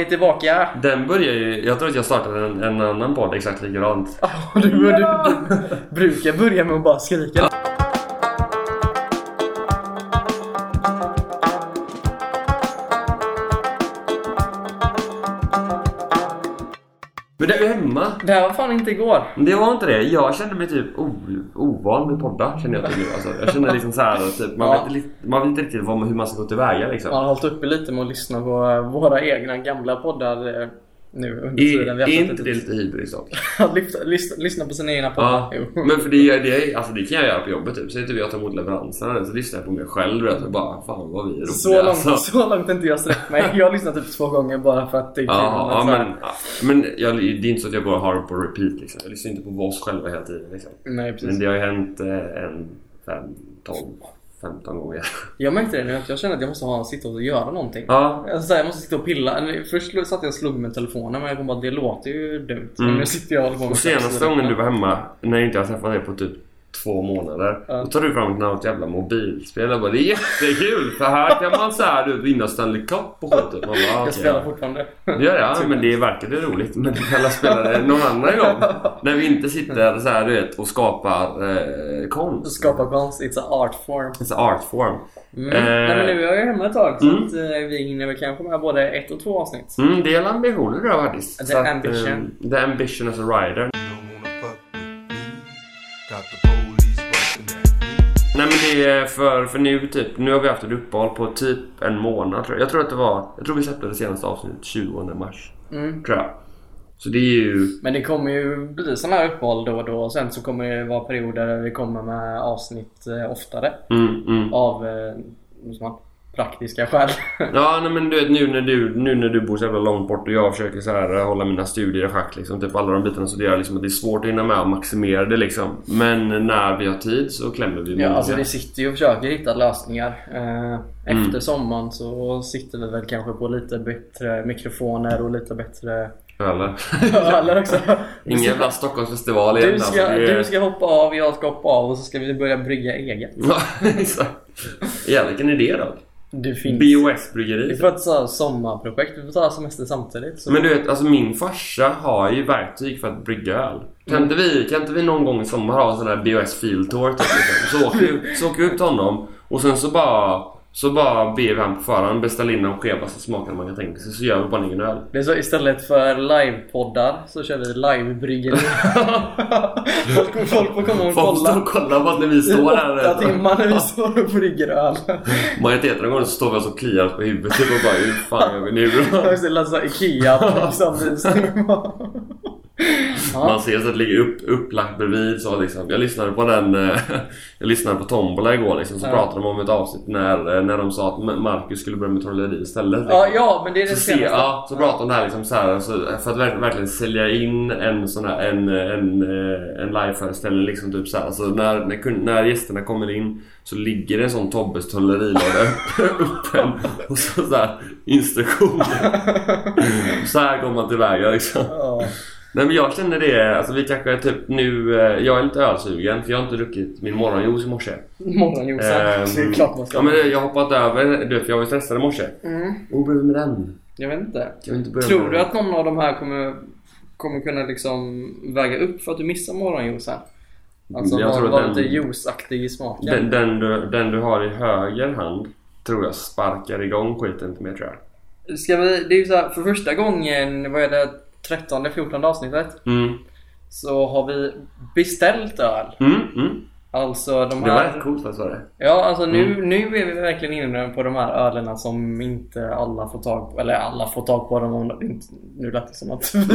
vi är tillbaka. Den börjar ju, jag tror att jag startade en annan podd exakt likadant. Du brukar börja med att bara skrika. Men det är ju hemma. Det här var fan inte igår. Det var inte det. Jag kände mig typ ovan med poddar, känner jag nu. Alltså, jag känner liksom så här typ, man vet inte riktigt hur man ska gå tillväga liksom. Man har hållit uppe lite med att lyssna på våra egna gamla poddar nu under tiden vi har är inte det lite hybris också? lyssna på sina egna poddar. Ja, men för det kan jag göra på jobbet typ. Så typ jag tar emot leveranserna så lyssnar jag på mig själv och bara fan vad vi är roliga. Så långt inte jag sträckt mig. Jag har lyssnat typ 2 gånger bara för att det är kul. Men det är inte så att jag bara har på repeat liksom. Jag lyssnar inte på oss själva hela tiden liksom. Nej, precis. Men det har ju hänt 15 gånger. Jag märkte det nu att jag känner att jag måste sitta och göra någonting. Ja. Alltså, jag måste sitta och pilla. Först satt jag och slog med telefonen, men jag kom bara, det låter ju dumt. Men nu sitter jag och senaste gången du var hemma, när jag inte har träffat dig på typ 2 månader, då tar du fram något jävla mobilspel och bara, det är jättekul för här kan man så här vinna Stanley Cup på skjutet. Jag spelar fortfarande. Det gör jag, men det är verkligen roligt. Men du kan spela det någon annan gång när vi inte sitter så här, du vet, och skapar konst. Skapar konst, it's an art form. It's an art form. Nej, men nu är jag hemma ett tag så att vi hinner väl kanske med både 1 och 2 avsnitt. Det är ambitioner du har faktiskt. The ambition. The ambition as a rider. Nej, men det är för nu typ. Nu har vi haft ett uppehåll på typ en månad tror jag. Jag tror vi släppte det senaste avsnittet 20 mars. Tror jag. Så det är ju... Men det kommer ju bli sådana här uppehåll då och då. Och sen så kommer det vara perioder där vi kommer med avsnitt oftare. Av praktiska skäl. Ja, nej, men du vet nu när du bor så jävla långt bort och jag försöker så här hålla mina studier i schack liksom, typ alla de bitarna, så det är liksom att det är svårt att hinna med och maximera det liksom. Men när vi har tid så klämmer vi. Ja, alltså vi sitter ju och försöker hitta lösningar. Efter sommaren så sitter vi väl kanske på lite bättre mikrofoner och lite bättre Öler också. Ingen jävla Stockholmsfestival igen. Du ska hoppa av, jag ska hoppa av och så ska vi börja brygga eget. Ja, exakt. Vilken idé då? Det finns BOS-bryggeri. Vi får ett sommarprojekt. Vi får ta semester samtidigt så. Men du vet, alltså min farsa har ju verktyg för att brygga öl. Kan inte vi någon gång i sommar ha en sån där BOS field tour typ, liksom. Så åker vi upp till honom och sen så bara ber vi han på förhand beställa in en skeva så smakar man kan tänka sig, så gör vi bara ingen öl. Det är så istället för livepoddar så kör vi livebryggeri. folk får komma och kolla på att när vi står här 8 timmar när vi står och brygger öl. Majoriteten av gånger så står vi alltså och kliar på huvudet och bara, hur fan gör vi nu? Jag ska läsa Ikea samtidigt. Man ser så att det ligger upplagt bredvid så liksom. Jag lyssnade på Tombola igår liksom, så pratade de om ett avsnitt när de sa att Marcus skulle börja med trolleri istället liksom. Ja, men det är det senaste. Så pratade de här liksom så här, alltså, för att verkligen sälja in en sån här en liveföreställning liksom, typ så här, alltså när gästerna kommer in så ligger det en sån Tobbes trollerilåda öppen och så här instruktioner. Så här går man tillväga liksom. Nej, men jag känner det, alltså vi kanske typ nu, jag är lite ölsugen för jag har inte druckit min morgonjuice i morse. Morgonjuice, det är klart man ska. Ja, men jag har hoppat över, för jag var stressad i morse. Vad blir det med den? Jag vet inte. Tror du att någon av de här kommer kunna liksom väga upp för att du missar morgonjuicen? Alltså jag tror var lite juiceaktig i smaken. Den du har i höger hand tror jag sparkar igång skiten inte mer, tror jag. Det är ju så här, för första gången, vad är det, 13-14 avsnittet så har vi beställt öl. Alltså de här... Det var rätt coolt, vad sa det? Ja, alltså nu är vi verkligen inne på de här ölerna som inte alla får tag på. Eller alla får tag på dem. Nu lät det som att vi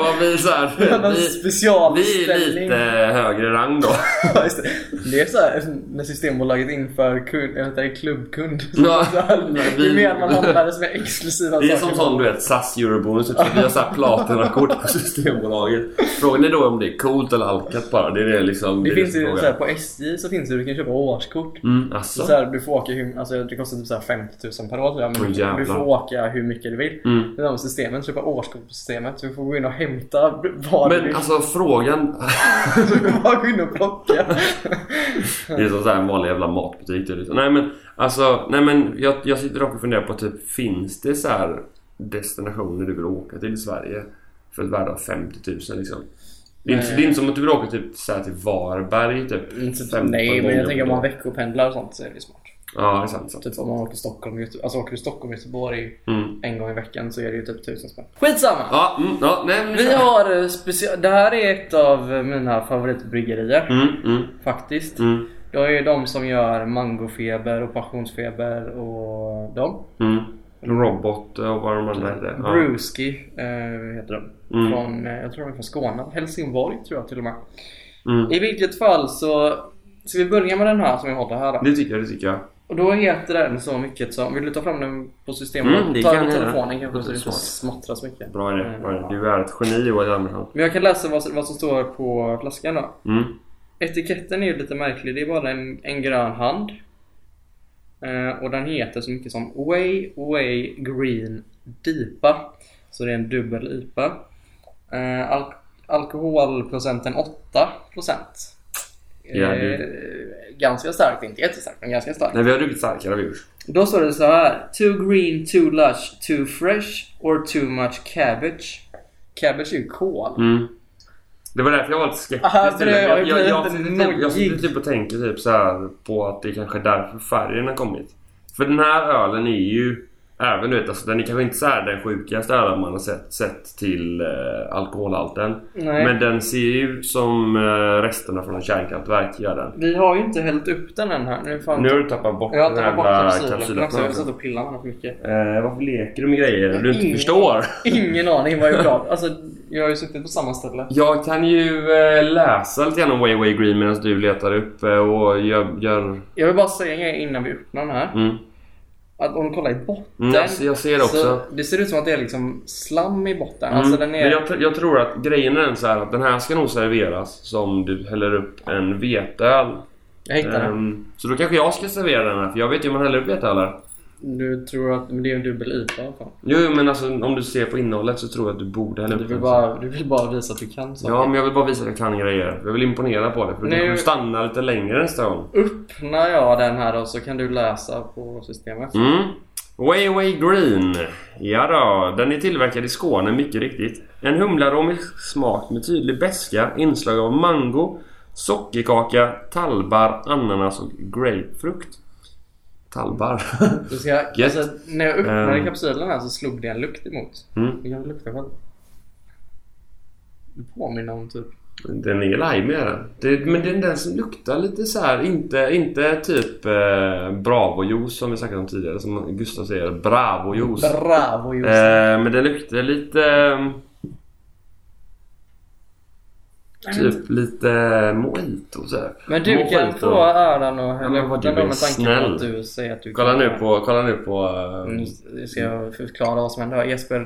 är lite högre rang då. Det är så här när Systembolaget inför klubbkund. Ja, det är mer man handlar som är exklusiva. Det är som sån, du vet, SAS Eurobonus. Vi har så här platinakort på Systembolaget. Frågan är då om det är coolt eller alkat bara. Det är det liksom. Det finns ju så här på SJ så finns det, du kan köpa årskort. Så här, du får åka alltså det kostar typ så här 50 000 per år tror jag, men du får åka hur mycket du vill. Det är systemet, köpa årskort på systemet, så du får gå in och hämta vad du vill. Men alltså frågan du får bara gå in och plocka. Det är så här en vanlig jävla matbutik liksom. Nej men jag sitter dock och funderar på typ, finns det så här destinationer du vill åka till i Sverige för ett värde av 50 000 liksom. Det är inte som att du vill åka typ så här till Varberg typ. Nej, men jag tänker om man veckopendlar och sånt så är det smart. Ja, det är sant. Typ om man åker Stockholm, alltså åker du Stockholm och Göteborg en gång i veckan så är det ju typ 1000 spänn. Skitsamma! Vi har det här är ett av mina favoritbryggerier. Faktiskt. Det är ju de som gör Mangofeber och Passionsfeber och de. Robot och vad de andra heter. Brewski heter de. Från, jag tror de är från Skåne. Helsingborg tror jag till och med. I vilket fall så ska vi börja med den här som vi håller här då. Det tycker jag. Och då heter den så mycket som... Vill du ta fram den på systemet? Ta den telefonen kanske så det inte smattrar så mycket. Bra idé. Du är ett geni och men jag kan läsa vad som står på flaskan då. Etiketten är ju lite märklig. Det är bara en grön hand. Och den heter så mycket som Way Green Dipa. Så det är en dubbel IPA. Alkoholprocenten 8%. Ganska starkt, inte jättestarkt men ganska starkt. Nej, vi har druckit starkare vi gjort. Då står det så här: too green, too lush, too fresh or too much cabbage. Cabbage är ju kål. Det var därför jag var lite skeptisk. Jag sitter typ och tänker typ så här på att det kanske är därför färgen har kommit. För den här ölen är ju även du vet, alltså, den är kanske inte så här den sjukaste ölen man har sett till alkoholhalten. Men den ser ju som resterna från en kärnkraftverk gör den. Vi har ju inte hällt upp den än här. Nu har du tappat bort den här kapsylen. Jag har satt och pillat med för mycket. Varför leker du med grejer du inte förstår? Ingen aning vad jag gör. Alltså, jag har ju suttit på samma ställe. Jag kan ju läsa lite grann om Way Green medan du letar upp och gör... Jag vill bara säga en grej innan vi öppnar den här. Att om du kollar i botten jag ser också. Så det ser ut som att det är liksom slam i botten. Alltså den är... Men jag tror att grejen är så här att den här ska nog serveras som du häller upp en veteöl. Jag hittar den. Så då kanske jag ska servera den här, för jag vet ju hur man häller upp veteöl. Du tror att det är en dubbel IPA i alla fall. Jo, men alltså om du ser på innehållet så tror jag att du borde hälla upp den. Du vill bara visa att du kan saker. Ja, men jag vill bara visa att jag kan grejer. Jag vill imponera på det, för du kan stanna lite längre nästa gång. Öppnar jag den här då så kan du läsa på systemet. Way Green. Ja då, den är tillverkad i Skåne, mycket riktigt. En humlaromig smak med tydlig beska, inslag av mango, sockerkaka, tallbar, ananas och grapefrukt. Tallbar. Alltså, när jag öppnade kapsylen här så slog det en lukt emot. Det kan lukta själv. Det påminner om typ. Den är lime den. Men det är den som luktar lite så här, inte typ Bravo-juice som vi sagt om tidigare, som Gustav säger, Bravo-juice. Men det luktar lite typ lite mojito så här. Men du kan få öran och hälla upp den med tanke på att du säger att du kolla nu på nu ska jag förklara vad som händer. Jesper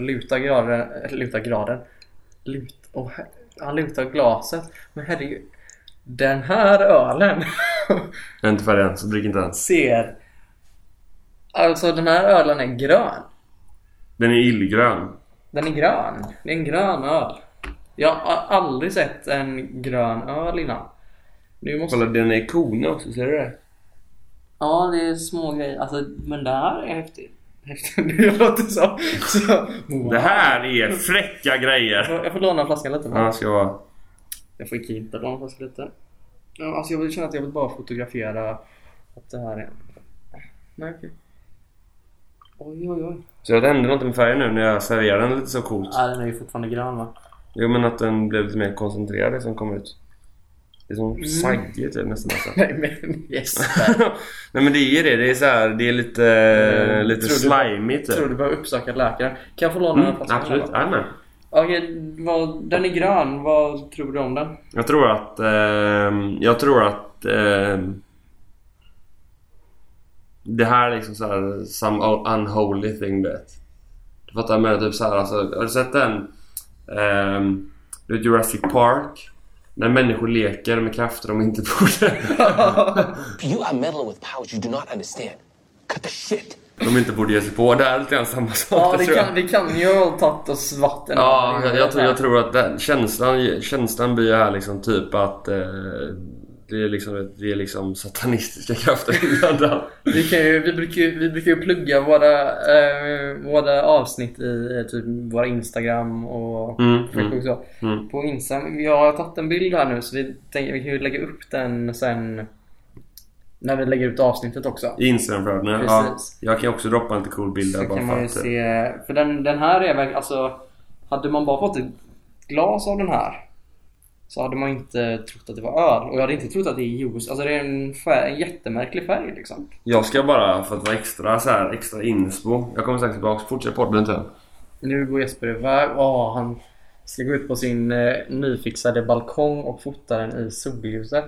han lutar glaset. Men herregud, den här ölen inte för den, så drick inte den. Ser. Alltså den här ölen är grön. Den är illgrön. Den är grön. Det är en grön öl. Jag har aldrig sett en grön öl innan. Kolla, den är kona också, ser du det? Ja, det är små grejer. Alltså, men det här är häftigt. Det låter så. Wow. Det här är fräcka grejer. Jag får låna flaskan lite. Ja, ska vara. Jag får inte låna flaskan lite. Alltså jag vill känna att jag vill bara fotografera att det här är. Nej, okej. Oj. Så det hände något med färgen nu när jag serverar den lite så coolt. Ja, den är ju fortfarande grön, va? Jo, men att den blev lite mer koncentrerad som kom ut. Det är som saggigt nästan alltså. Nej, men yes. Nej, men det är ju det. Det är så här, det är lite slimigt. Jag tror du behöver uppsöka läkare. Kan jag få låna en flaska? Absolut, amen. Okej, den är grön. Vad tror du om den? Jag tror att det här är liksom så här some unholy thing that. Du fattar med typ så här, alltså, har du sett den Jurassic Park? När människor leker med krafter de inte borde. You are meddling with powers you do not understand. Cut the shit. De inte borde ge sig på. Det är lite grann samma sak. Ja, det kan ju ha tagit oss vatten. Ja, jag tror att den känslan blir här liksom typ att det är liksom satanistiska krafter inblandade. Vi brukar ju plugga våra avsnitt i typ våra Instagram och Facebook så. På Instagram. Jag har tagit en bild här nu så vi tänker vi kan ju lägga upp den sen när vi lägger ut avsnittet också. I Instagram-flödena. Ja, jag kan också droppa en lite cool bild där bara kan man ju se, för den här är väl alltså, hade man bara fått ett glas av den här så hade man inte trott att det var öl. Och jag hade inte trott att det är juice. Alltså det är en jättemärklig färg liksom. Jag ska bara, för att vara extra inspo. Jag kommer strax tillbaka, fortsätta podden inte. Nu går Jesper iväg. Han ska gå ut på sin nyfixade balkong och fota den i solljuset.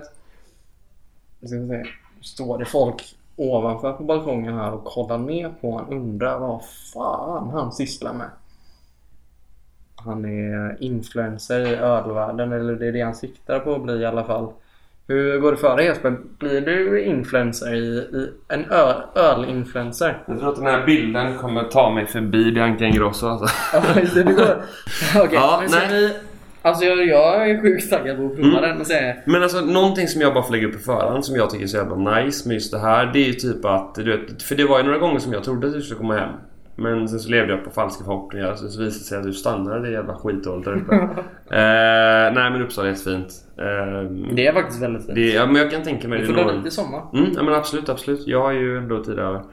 Står det folk ovanför på balkongen här och kollar ner på han, undrar vad fan han sysslar med. Han är influencer i ölvärlden, eller det är det han siktar på att bli i alla fall. Hur går det för dig Jesper? Blir du influencer i en ölinfluencer? Jag tror att den här bilden kommer ta mig förbi Bianca Ingrosso alltså. Ja, det går. Okej, ja, alltså jag är sjukt taggad på att prova den och säga. Men alltså någonting som jag bara får lägga upp på förhand som jag tycker är så jävla nice med just det här, det är ju typ att du vet, för det var ju några gånger som jag trodde att du skulle komma hem. Men sen så levde jag på falska förhoppningar. Så visade det sig att du stannade. Det är jävla skitdåligt där uppe. Nej men Uppsala är jättefint. Det är faktiskt väldigt fint. Ja men jag kan tänka mig det. Du får lite sommar. Ja men absolut. Jag har ju ändå tid över.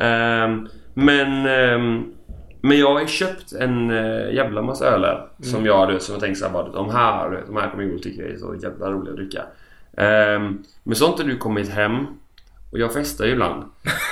Men jag har ju köpt en jävla massa öl som jag tänker så här bara, de här kommer jag att tycka är så jävla roliga att dricka. Men så har inte du kommit hem. Och jag festar ju ibland.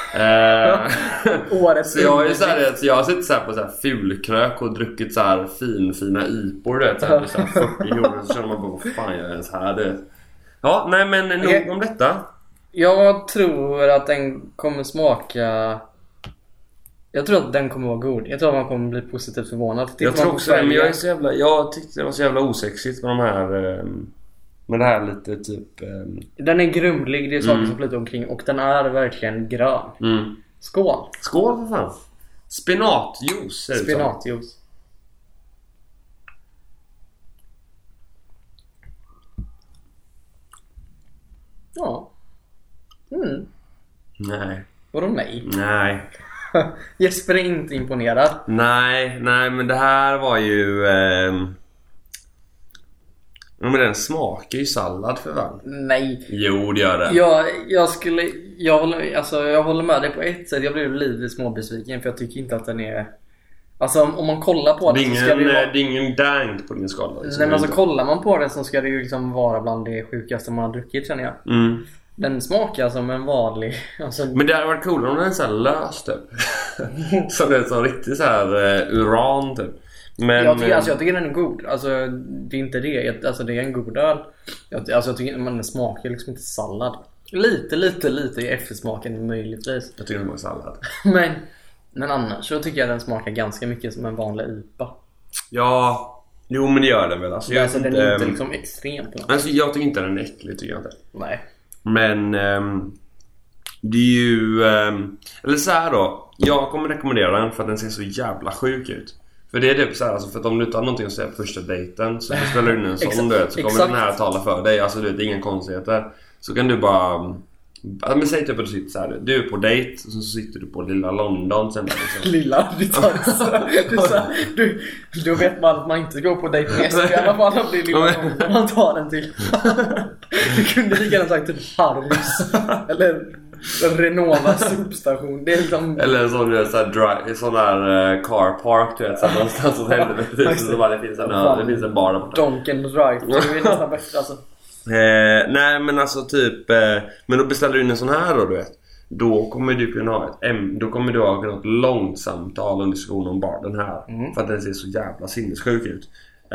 Så jag har ju så här, jag har suttit så här på så här fulkrök och druckit så här fina ipor det så här 40 euro, så känner man bara vad fan jag är ens här det. Ja, nej men nog om detta. Jag tror att den kommer smaka. Jag tror att den kommer vara god. Jag tror att man kommer bli positivt förvånad. Jag tror också men jag tyckte det var så jävla osexigt med de här men det här lite typ den är grumlig, det är saker som flyter omkring. Och den är verkligen grön. Skål. Skål för fan. Spinatjuice. Spinatjuice. Ja. Nej. Vadå nej? Nej. Jesper är inte imponerad. Nej men det här var ju men den smakar ju sallad för fan. Nej. Jo, det gör det. Jag håller med dig på ett sätt. Jag blev lite småbesviken för jag tycker inte att den är. Alltså om man kollar på den så ska det vara. Det är ingen dank på din skala. Nej men alltså kollar man på den så ska det ju liksom vara bland det sjukaste man har druckit känner jag. Den smakar som en vanlig alltså. Men det hade varit cool om den är så här lös typ. Så det är så riktigt så här uran typ. Men jag tycker den är god. Alltså det är inte det. Alltså det är en god öl. Jag tycker man smakar liksom inte sallad. Lite i eftersmaken möjligtvis. Jag tycker den var sallad. Men annars så tycker jag den smakar ganska mycket som en vanlig IPA. Ja, jo men det gör den väl. Alltså, den är inte liksom extremt. Alltså jag tycker inte den är äcklig, tycker jag inte. Nej. Men det är ju eller så här då. Jag kommer rekommendera den för att den ser så jävla sjuk ut. För det är typ så här, alltså, för att om du tar någonting och säger första dejten så spelar du in en sån död så kommer den här tala för dig. Alltså det är inga konstigheter. Så kan du bara men säg typ att du sitter så här, du är på dejt och så sitter du på lilla London sen liksom. Lilla, då vet man att man inte går på dejt med i alla fall om det är lilla London man tar den till. Du kunde lika gärna sagt typ Harrys eller Renova substation. Det är liksom. Eller en sån där car park du vet så någonstans åt helvete så bara det finns en bar där borta. Donken Drive. Det är nästan bättre alltså. Nej men alltså typ men då beställer du in en sån här då du vet. Då kommer du kunna ha då kommer du ha ett långt samtal och diskussion om bara den här för att den ser så jävla sinnessjuk ut.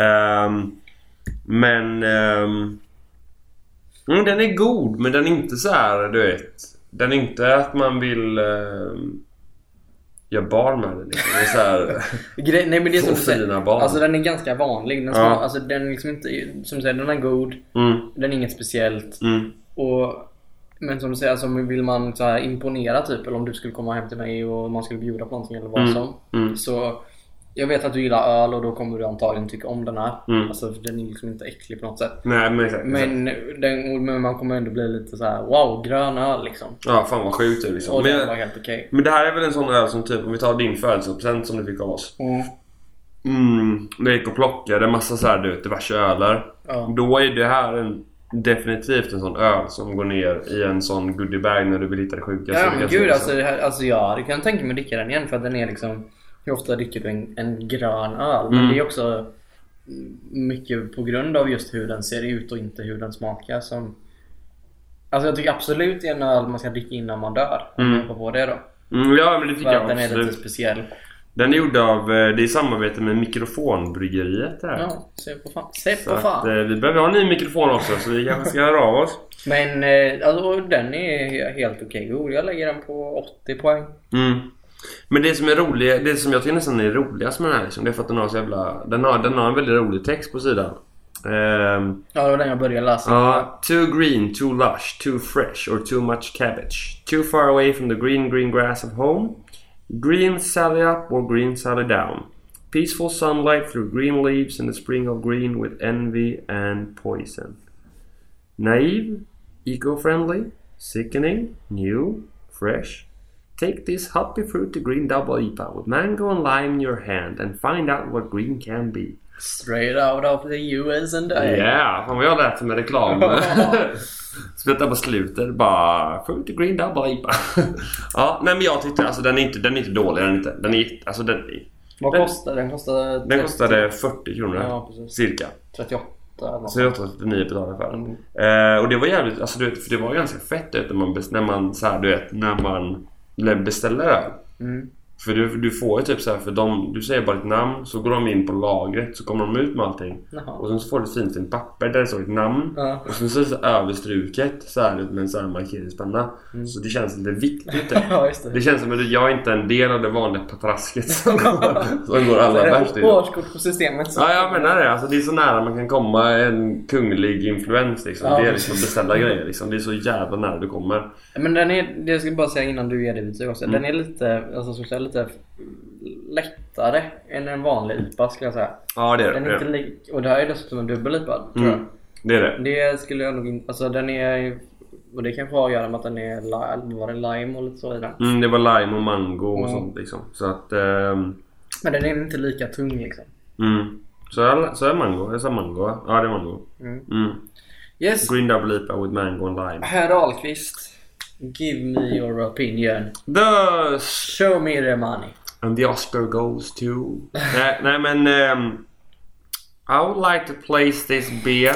Men den är god men den är inte så här du vet. Den är inte att man vill göra barn med den liksom. Det är så här. Nej men det är som du säger. Barn. Alltså den är ganska vanlig. Den alltså den är liksom inte som du säger den är god. Den är inget speciellt. Men som du säger alltså vill man så här imponera typ eller om du skulle komma hem till mig och man skulle bjuda på någonting eller vad som så Jag vet att du gillar öl och då kommer du antagligen tycka om den här. Alltså för den är liksom inte äcklig på något sätt. Nej, men exakt. Men man kommer ändå bli lite så här: wow, grön öl liksom. Ja, fan vad sjukt det liksom. Och det var helt okej. Men det här är väl en sån öl som typ, om vi tar din födelsedagspresent som du fick av oss. Det gick och plockade en massa så här, diverse ölar. Då är det här definitivt en sån öl som går ner i en sån goodiebag när du vill hitta det sjuka. Ja men gud, alltså jag kan tänka mig att dricka den igen, för att den är liksom, hur ofta dricker du en grön öl? Men det är också mycket på grund av just hur den ser ut och inte hur den smakar som... Alltså jag tycker absolut det är en öl man ska dricka innan man dör. På det då. Ja, men det tycker jag också. Den är lite speciell. Den är gjord av, det är samarbete med Mikrofonbryggeriet här. Ja, se på fan. Att, vi behöver ha en ny mikrofon också, så vi kanske ska höra av oss. Men alltså, den är helt okej. Jag lägger den på 80 poäng. Men det som är roligt, det som jag tycker nästan är roligast med den här liksom, det är för att den har så jävla, den har en väldigt rolig text på sidan. Ja, det var den jag började läsa. Too green, too lush, too fresh or too much cabbage. Too far away from the green grass of home. Green sally up or green sally down. Peaceful sunlight through green leaves in the spring of green with envy and poison. Naive, eco-friendly, sickening, new, fresh. Take this happy fruity green double IPA with mango and lime in your hand and find out what green can be. Straight out of the US and A. Yeah, fan vad jag lät med reklam. Spetta på slutet bara fruity green double IPA. Ja, nej men jag tyckte alltså den är inte dålig, den är alltså vad kostar den? Den kostade 40 kronor. Ja, precis. Cirka 38. Så jag tror att 39 betalade för den. Och det var jävligt, alltså du vet, för det var ganska fett när man så här, du vet, när man beställer öl. För du får ju typ så här, för du säger bara ditt namn, så går de in på lagret, så kommer de ut med allting. Och sen så får du ett fint papper där det står ditt namn. Och sen så är det överstruket så här med en sån här markeringspenna. Så det känns lite viktigt. Ja, just det. Det känns som att jag är inte en del av det vanliga patrasket som går alla värst. Det är årskort på systemet. Ja, jag menar det. Alltså, det är så nära man kan komma en kunglig influens liksom. Det är liksom beställa grejer liksom. Det är så jävla nära du kommer. Men den är, det ska jag bara säga innan du ger det vidare också. Den är lite, alltså så säga, lite lättare än en vanlig IPA, skulle jag säga. Ja, det är den är inte och det här är dessutom en dubbel IPA, tror jag. Det är det. Det skulle jag nog inte, alltså den är, och det kan få att göra med att den är lime och lite så vidare. Det var lime och mango och sånt liksom. Så att men den är inte lika tung liksom. Så är mango, jag sa mango. Ja, det är mango. Yes. Green double IPA with mango and lime. Herr Ahlqvist, give me your opinion. Show me the money. And the Oscar goes to... nej men I would like to place this beer.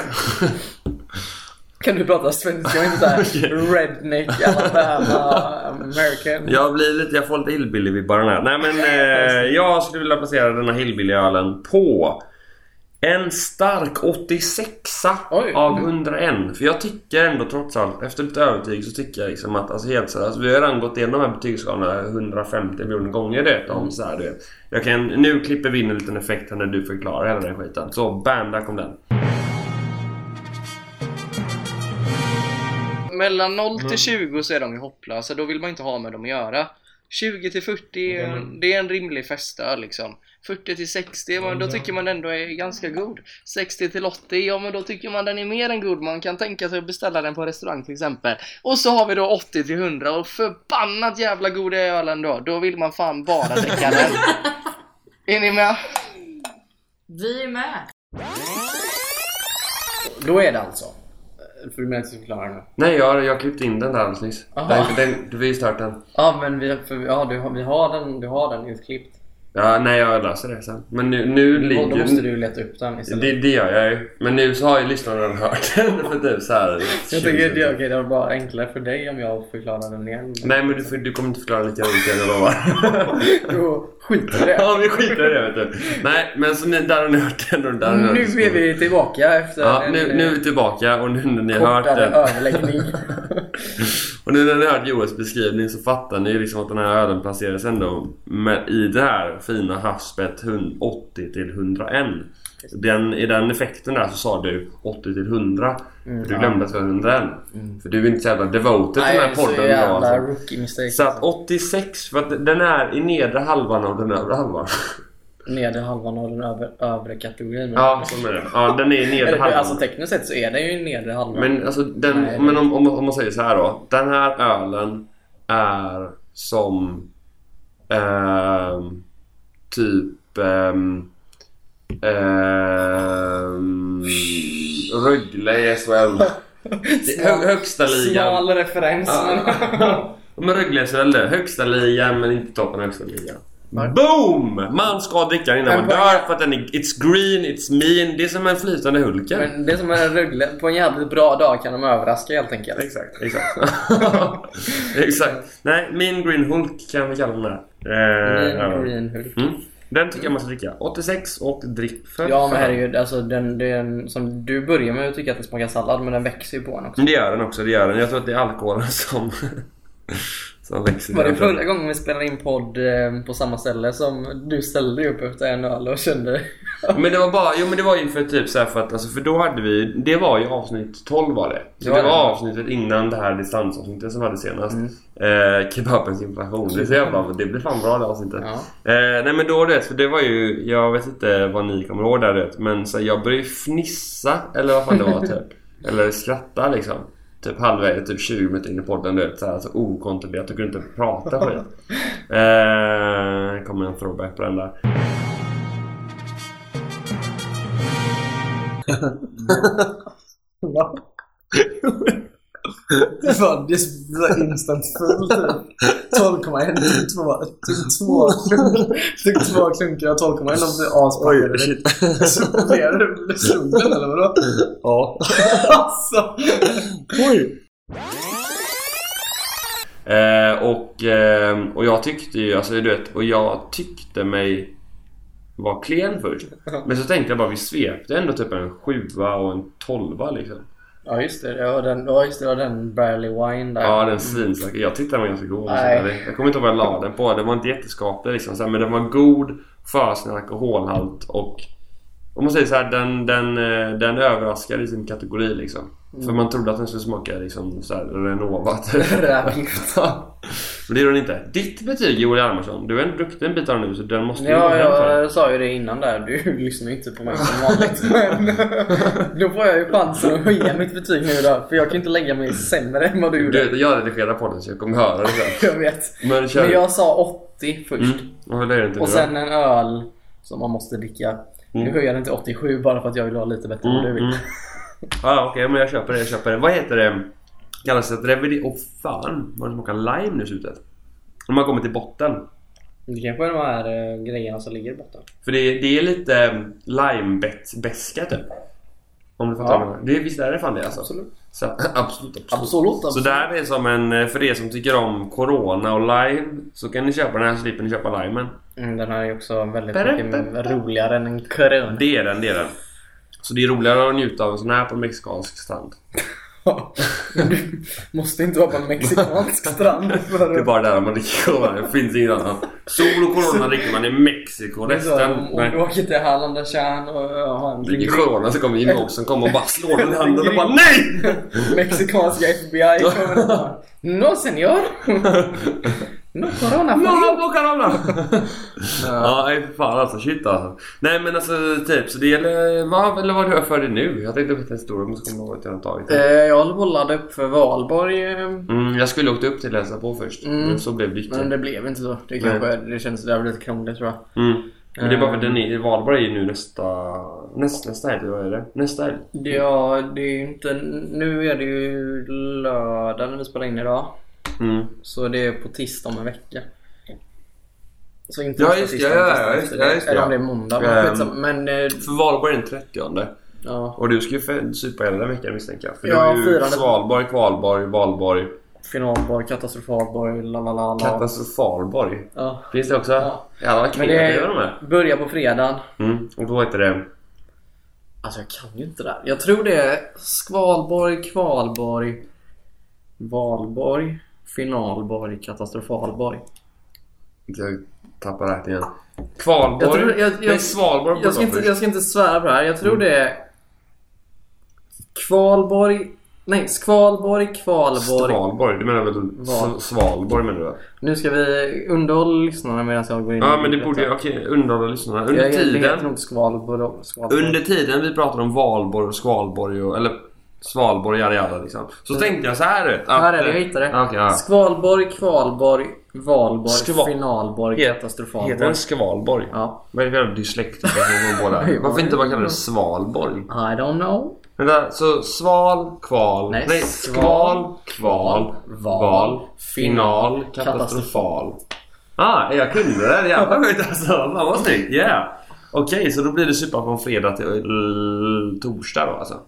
Kan du prata svenska och inte såhär redneck Alabama American? Jag får lite hillbilly vid bara här. Nej men jag skulle vilja placera denna hillbilly-ölen på en stark 86 av 101. För jag tycker ändå trots allt, efter lite övertyg så tycker jag liksom att alltså helt så, alltså, vi har redan gått igenom de här betygsskalorna 150 miljoner gånger det om så här, du. Jag kan nu klipper vi in en liten effekt här när du förklarar hela den skiten. Så bam, där kom den. Mellan 0 till 20 så är de ju hopplösa. Då vill man inte ha med dem att göra. 20 till 40 det är en rimlig festöl liksom. 40 till 60, men då tycker man ändå är ganska god. 60 till 80, ja men då tycker man den är mer än god. Man kan tänka sig att beställa den på restaurang till exempel. Och så har vi då 80 till 100 och förbannat jävla god är ölen då. Då vill man fan bara dricka den. Är ni med? Vi är med. Då är det alltså. För du menar att förklara nu? Nej, jag klippte in den där alldeles nyss. Du visst hört den. Ja, men du har den utklippt. Ja, nej, jag löser det sen. Men nu ligger... Då måste du leta upp den istället. Det gör jag ju. Men nu så har ju lyssnaren hört den för typ så här. Jag tycker det är okej, det är bara enklare för dig om jag förklarar den igen. Nej, men du kommer inte förklara lika roligt, jag lovar. Då skiter det. Ja, vi skiter i det, vet du. Nej, men så där har ni hört den och där har ni hört nu är vi tillbaka efter nu är vi tillbaka och nu när ni har hört den överläggning. Och nu när ni har hört Joels beskrivning så fattar ni liksom att den här ölen placeras ändå i det här fina haspet 80 till 101. I den effekten där så sa du 80 till 100. Du glömde att det var 101. För du är inte så jävla devoted till den här podden idag, alltså. Så att 86, för att den är i nedre halvan av den övre halvan. nedre halvan av den övre kategorin. Ja, så är det. Ja, den är nedre halvan. Alltså tekniskt sett så är den ju nedre halvan. Men alltså men om man säger så här då. Den här ölen är som typ Rögle i SHL. Högsta ligan. Smal referens. Men Rögle så väl det. Högsta ligan men inte toppen högsta ligan. Boom! Man ska dricka innan man dör för att den är it's green, it's mean. Det är som en flytande Hulken. Men det är som en Rögle. På en jävligt bra dag kan de överraska helt enkelt. Exakt. Exakt. Nej, min green Hulk kan vi kalla den här. Min green Hulk. Den tycker jag man ska dricka. 86 och drick för. Ja, men herregud, alltså den som du börjar med att tycka att det smakar sallad, men den växer ju på en också. Det gör den också, det gör den. Jag tror att det är alkoholen som växer. Var det förra gången vi spelade in podd på samma ställe som du ställde upp efter en öl och kände? Men det var bara, men det var ju för typ så här för att alltså, för då hade vi, det var ju avsnitt 12 var det. Så det var avsnittet innan det här distansavsnittet som vi hade senast. Kebabens inflation. Det är så jävla, det blir fan bra det avsnittet. Nej men då vet, för det var ju, jag vet inte vad ni kommer ihåg där vet, men så jag började fnissa eller vad fan det var typ. Eller skratta liksom. Typ halvvägs, typ 20 minuter in i podden, du vet, så här, alltså okontrollerat, jag kunde inte prata skit. Kommer en throwback på den där. Det är så instant full typ 12,1 till 2 klunkar och 12,1 och blir aspackade. Så blir det sluggen eller vadå? Ja. Alltså. Oj. Och jag tyckte ju, alltså du vet, och jag tyckte mig var klen först. Men så tänkte jag bara, vi svepte ändå typ en 7:a och en 12:a liksom. Ja just det, det var den barley wine där. Ja, den svinsaker. Jag tyckte den var ganska god. Jag kommer inte ihåg vad jag la den på. Den var inte jätteskaplig liksom, så här, men den var god för sin alkoholhalt. Och om man säger så här, den överraskade i sin kategori liksom. För man trodde att den skulle smaka liksom så här Renova. Men det är den inte. Ditt betyg, Joel Armarsson. Du har ändå druckit en bit av den nu, så den måste ju jag sa ju det innan där. Du lyssnar ju inte på mig som vanligt. Men då får jag ju chansen att höja mitt betyg nu då. För jag kan inte lägga mig sämre än vad du gjorde. Jag redigerar på den så jag kommer höra det sen. Jag vet. Men jag sa 80 först. Och sen en öl som man måste dricka. Nu höjer jag den till 87 bara för att jag vill ha lite bättre än du vill. Ja, okej, men jag köper det. Vad heter det? Kallas det Reverie? Fan, vad det smakar lime nu slutet. Om man kommer till botten. Det kanske är de här grejerna som ligger i botten. För det är lite lime-beska typ. Om du får ta det. Visst är det fan det alltså. Absolut. Så, absolut. Så där är som en, för er som tycker om Corona och lime, så kan ni köpa den här, så slipper ni köpa limen. Den här är också väldigt mycket roligare än en Corona. Det är den. Så det är roligare att njuta av en sån här på en mexikansk strand. Du måste inte vara på en mexikansk strand. Det är bara där man dricker corona. Det finns ingen annan. Sol och corona dricker man i Mexiko. Resten, om du åker till Halland och Tjärn och har en dricker corona, så kommer Jimmy också och bara slår den i handen och bara nej! Mexikanska FBI kommer där. No senor. No corona. Ja, fan alltså, shit alltså. Nej men alltså typ, så det gäller, vad du har för dig nu? Jag tänkte berätta en historia, men så kommer jag ihåg att jag har tagit det. Jag håller på att ladda upp för Valborg. Jag skulle åkt upp till läsa på först, men så blev det inte. Men det blev inte så. Det känns där lite krångligt tror jag. Men det är bara för att Valborg är ju nu nästa helg, vad är det? Nästa helg? Ja, det är inte, nu är det ju lördag när vi spelar in idag. Så det är på tisdag om en vecka. Så inte eller om det är måndag. Men för Valborg är den 30:e. Ja. Och du ska ju supa hela den veckan misstänker jag. För det är ju Svalborg, Kvalborg, Valborg, Finalborg, Katastrofalborg, lalala. Katastrofalborg. Ja. Finns det också? Ja, men det börjar på fredag. Och då heter det, alltså jag kan ju inte det där. Jag tror det är Skvalborg, Kvalborg, Valborg, Finalborg, Katastrofalborg. Jag tappar rätt igen. Kvalborg. Jag Svalborg. Jag ska inte svära på det här. Jag tror det är Kvalborg, Nej, Skvalborg, Kvalborg. Svalborg, du menar väl Svalborg menar du? Nu ska vi underhålla lyssnarna medan jag går in. Ja, men det borde okej, underhålla lyssnarna. Under tiden Skvalborg. Under tiden vi pratar om Valborg och Skvalborg och, eller Svalborg jada liksom. Så tänkte jag så här att här är det, jag hittade det. Okay, ja. Skvalborg, Kvalborg, Valborg, Finalborg, Katastrofalborg. Heter den Skvalborg? Ja. Vad är det för dyslektiska som båda? Varför inte bara kalla det Svalborg? I don't know. Så sval, kval. Nej, skval, kval, val, final, katastrofal. Jag kunde det. Jävla sjukt alltså. Fan vad snyggt. Yeah. Okej, så då blir det supa från fredag till torsdag då alltså.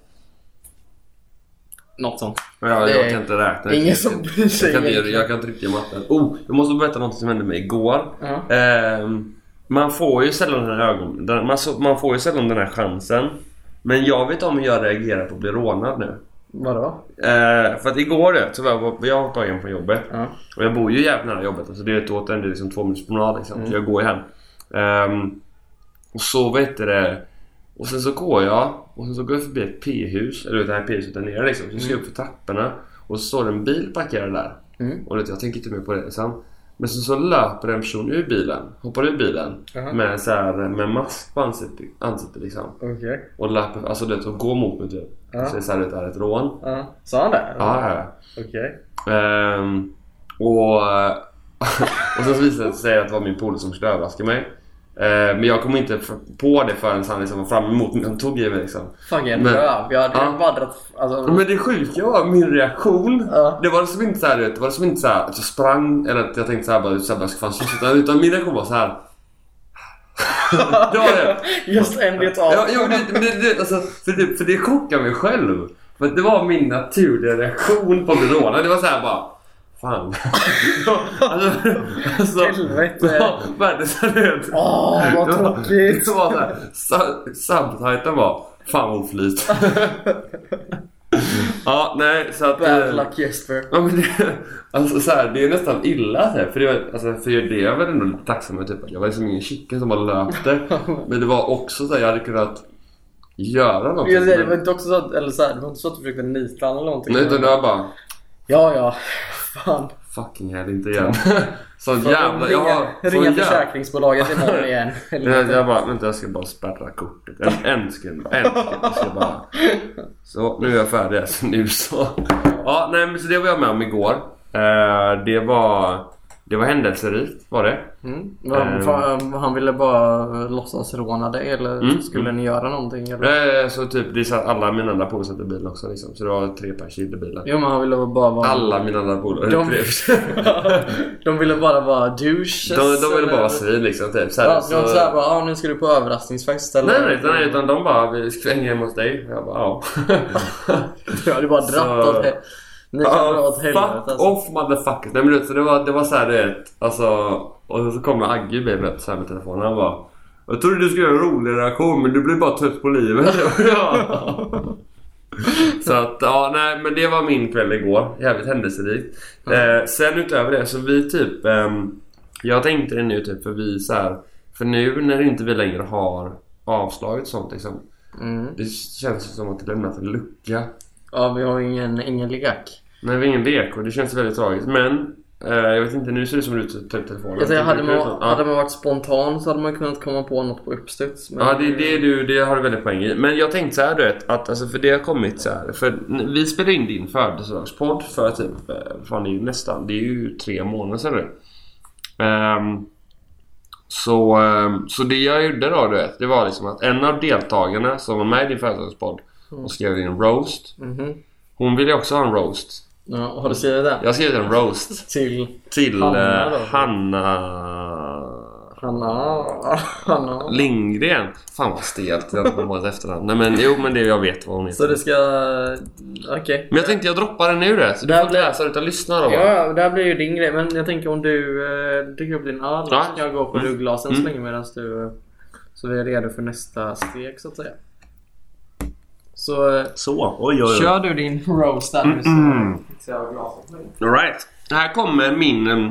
Något sånt. Ja, jag kan inte räkna. Ingen som bryr sig. Jag kan trycka i matten. Jag måste berätta något som hände mig igår. Man får ju sällan den här man får ju sällan den här chansen. Men jag vet om jag reagerar på att bli rånad nu. Vadå? För att igår så var jag var på hem från jobbet. Och jag bor ju jävligt nära jobbet. Alltså det är åt en, det är liksom 2 minuters promenad liksom. Så jag går ju hem. Och så vet det. Och sen så går jag. Och sen så går jag förbi ett P-hus. Eller det här P-huset där nere liksom. Så ska jag upp för trapporna. Och så står det en bil parkerad där. Och jag tänker inte mer på det liksom. Men så löper en person ur bilen. Hoppar ur bilen. Med så här, med mask på ansiktet liksom. Okay. Och löper, alltså det och går mot mig typ. Så det är ett rån. Sa han det? Ja. Okej. Och så visade det sig att det var min polare som skulle överraska mig. Men jag kom inte på det förrän han liksom var fram emot mig. Han tog i mig liksom. Fucking röv. Jag hade vandrat alltså. Men det sjuka var min reaktion. Det var som inte så här, det var som inte så här att jag sprang eller att jag tänkte så här bara ska fan sluta, utan min reaktion var så här. Det var det. Just en det av. Ja, det alltså för det chockade mig själv. För det var min naturliga reaktion på min råna. Det var så här bara fan. alltså helvete. Världens seriöst. Vad tråkigt. Det var så här, subtiteln var fan vad flyt. Ja, nej så att bad luck Jesper. Ja men det, alltså så här, det är nästan illa så här, för det alltså för det är väl ändå lite tacksam med typ att jag var liksom ingen chicken som bara löpte. Men det var också så här, jag hade kunnat göra något. Det var inte också så att, eller så här, det var inte så att du försökte nita eller någonting. Nej, utan det var bara ja, fan. Fucking hell, inte igen. Så jävla, ringa försäkringsbolaget imorgon igen. Jag bara, vänta, jag ska bara spärra kortet. En sekund. Jag ska bara. Så, nu är jag färdig. Så nu så. Ja, nej men så det var jag med om igår. Det var händelserikt, var det. Han ville bara låtsas råna dig, eller skulle ni göra någonting? Eller? Så typ, det är så att alla mina andra polare satt i bilen också liksom. Så det var 3 personer i bilen. Jo, men han ville bara vara... Alla mina andra polare. De ville bara vara douche. De ville bara vara svin liksom typ. Så här, så här bara, nu ska du på överraskningsfest eller? Nej, utan de bara, vi ska hänga hemma hos dig. Jag bara, ja. Jag hade bara dratt åt det. Fuck off motherfuckers. Nej men så det var så här det alltså, och så kommer Agge i bilen så här med telefonen. Han bara, jag trodde du skulle göra en rolig reaktion, men du blir bara trött på livet. Så att ja, nej men det var min kväll igår. Jävligt händelserikt. Sen utöver det så vi typ jag tänkte det nu typ för vi så här, för nu när inte vi längre har avslaget sånt liksom. Det känns som att det lämnat en lucka. Ja, vi har ingen lek. Nej, vi har ingen lek och det känns väldigt tragiskt. Men jag vet inte, nu ser det som ut att ta upp telefonen. Hade man varit spontan så hade man kunnat komma på något på uppstuds. Men... Ja, det har du väldigt poäng i. Men jag tänkte så här, du vet, att alltså, för det har kommit så här. För vi spelade in din födelsedagspodd för typ, fan det är ju nästan, det är ju 3 månader sedan nu. Så det jag gjorde då, du vet, det var liksom att en av deltagarna som var med i din födelsedagspodd och skrev in en roast. Hon ville också ha en roast. Ja, har du skrivit den? Jag har skrivit en roast till Hanna Lindgren. Fan vad stelt. Jag har på efternamn. Nej men jo, men det jag vet vad hon heter. Så det ska okej. Men jag tänkte jag droppar den nu det. Så du får inte läsa utan lyssna då. Ja, det här blir ju din grej. Men jag tänker om du tycker upp din öl, ska jag gå på rugglasen så länge medan du så vi är redo för nästa steg så att säga. Så oj. Kör du din roast där nu så jag har glaset. All right. Här kommer min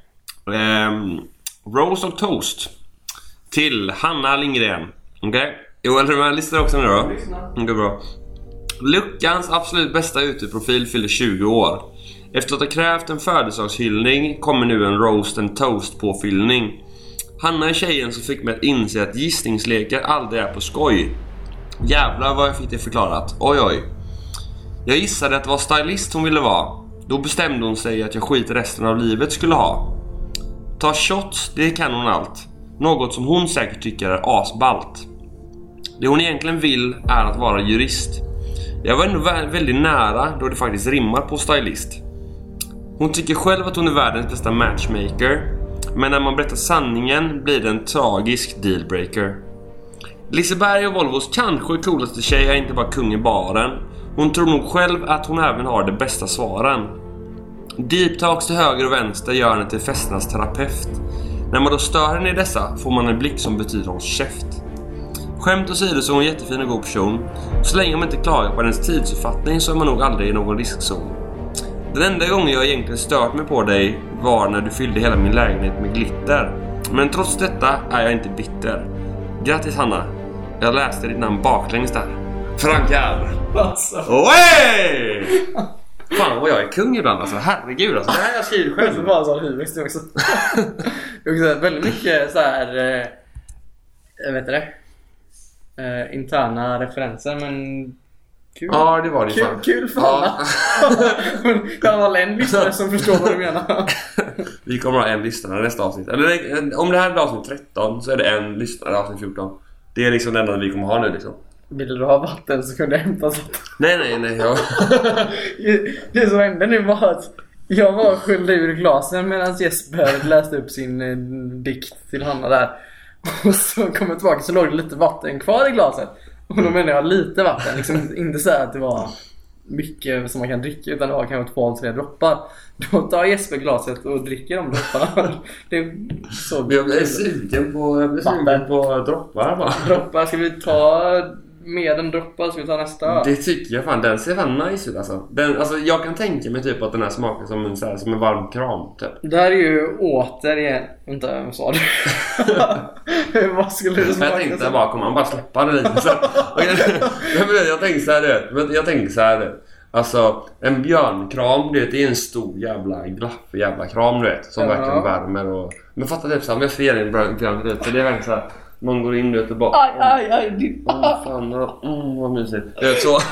roast of toast till Hanna Lindgren. Okej? Jo, eller man listar också nu då. Det går bra. Luckans absolut bästa uteprofil fyller 20 år. Efter att ha krävt en födelsedagshyllning kommer nu en roast and toast påfyllning. Hanna är tjejen som fick mig att inse att gissningslekar aldrig är på skoj. Jävlar vad jag fick det förklarat. Oj. Jag gissade att det var stylist hon ville vara. Då bestämde hon sig att jag skit resten av livet skulle ha. Ta shots, det kan hon allt. Något som hon säkert tycker är asballt. Det hon egentligen vill är att vara jurist. Jag var ändå väldigt nära då det faktiskt rimmar på stylist. Hon tycker själv att hon är världens bästa matchmaker. Men när man berättar sanningen blir det en tragisk dealbreaker. Liseberg och Volvos kanske coolaste tjej är inte bara kung i baren. Hon tror nog själv att hon även har de bästa svaren. Deep talks till höger och vänster gör henne till festernas terapeut. När man då stör henne i dessa får man en blick som betyder hos käft. Skämt åsido så är hon en jättefin och god person. Så länge man inte klagar på hennes tidsuppfattning så är man nog aldrig i någon riskzon. Den enda gången jag egentligen stört mig på dig var när du fyllde hela min lägenhet med glitter. Men trots detta är jag inte bitter. Grattis Hanna. Jag läste ditt namn baklänges där. Frankar. Oj! Fan vad jag är kung ibland alltså. Herregud alltså. Det här jag skriver själv. Det var så hybris också. Väldigt mycket så här jag vet det. Interna referenser men kul. Ja, det var det kul, kul för alla. Jag har en lyssnare som förstår vad du menar. Vi kommer att ha en lyssnare nästa avsnitt. Eller om det här är avsnitt 13 så är det en lyssnare avsnitt 14. Det är liksom det enda vi kommer ha nu liksom. Vill du ha vatten så kunde jag hämta vatten. Nej. Ja. Det som hände nu var att jag var skyllde ur glasen medan Jesper läste upp sin dikt till Hanna där. Och så kom jag tillbaka så låg det lite vatten kvar i glaset. Och då menar jag lite vatten. Liksom inte så att det var mycket som man kan dricka utan det var kanske 2-3 droppar. Då tar Jesper glaset och dricker de dropparna. Det är så jag blir sugen på droppar bara. Droppar, ska vi ta med en droppar så vi tar nästa? Det tycker jag fan, den ser fan nice ut alltså. Jag kan tänka mig typ att den här smakar som en varm kram typ. Det här är ju återigen inte vad sa du? Vad skulle du smaka? Jag tänkte bara kommer man bara släppa det lite så. Jag tänkte så här. Alltså en björnkram, det är en stor jävla kram du vet som verkligen värmer och men fatta typ så här, jag ser en björn ut så det är verkligen så här. Man går in och bara aj fan vad mysigt. Det är så.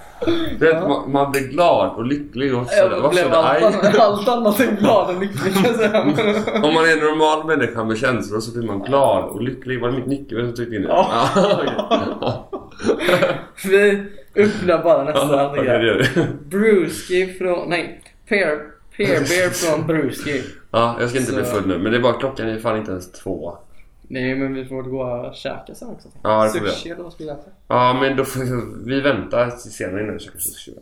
Man blir glad och lycklig och så. Allt annat än glad och lycklig kan jag säga. Om man är en normal människa med känslor så blir man glad och lycklig. Var det mitt nyckel som tryckte in det? Vi öppnar bara nästa andra. Brewski från Pear Bear från Brewski. Ja, jag ska inte bli full nu. Men det är bara klockan är fan inte ens 2. Nej, men vi får gå och käka sen också. Ja, sushi eller vad ska vi äta? Ja, men då får vi vänta senare innan vi käkar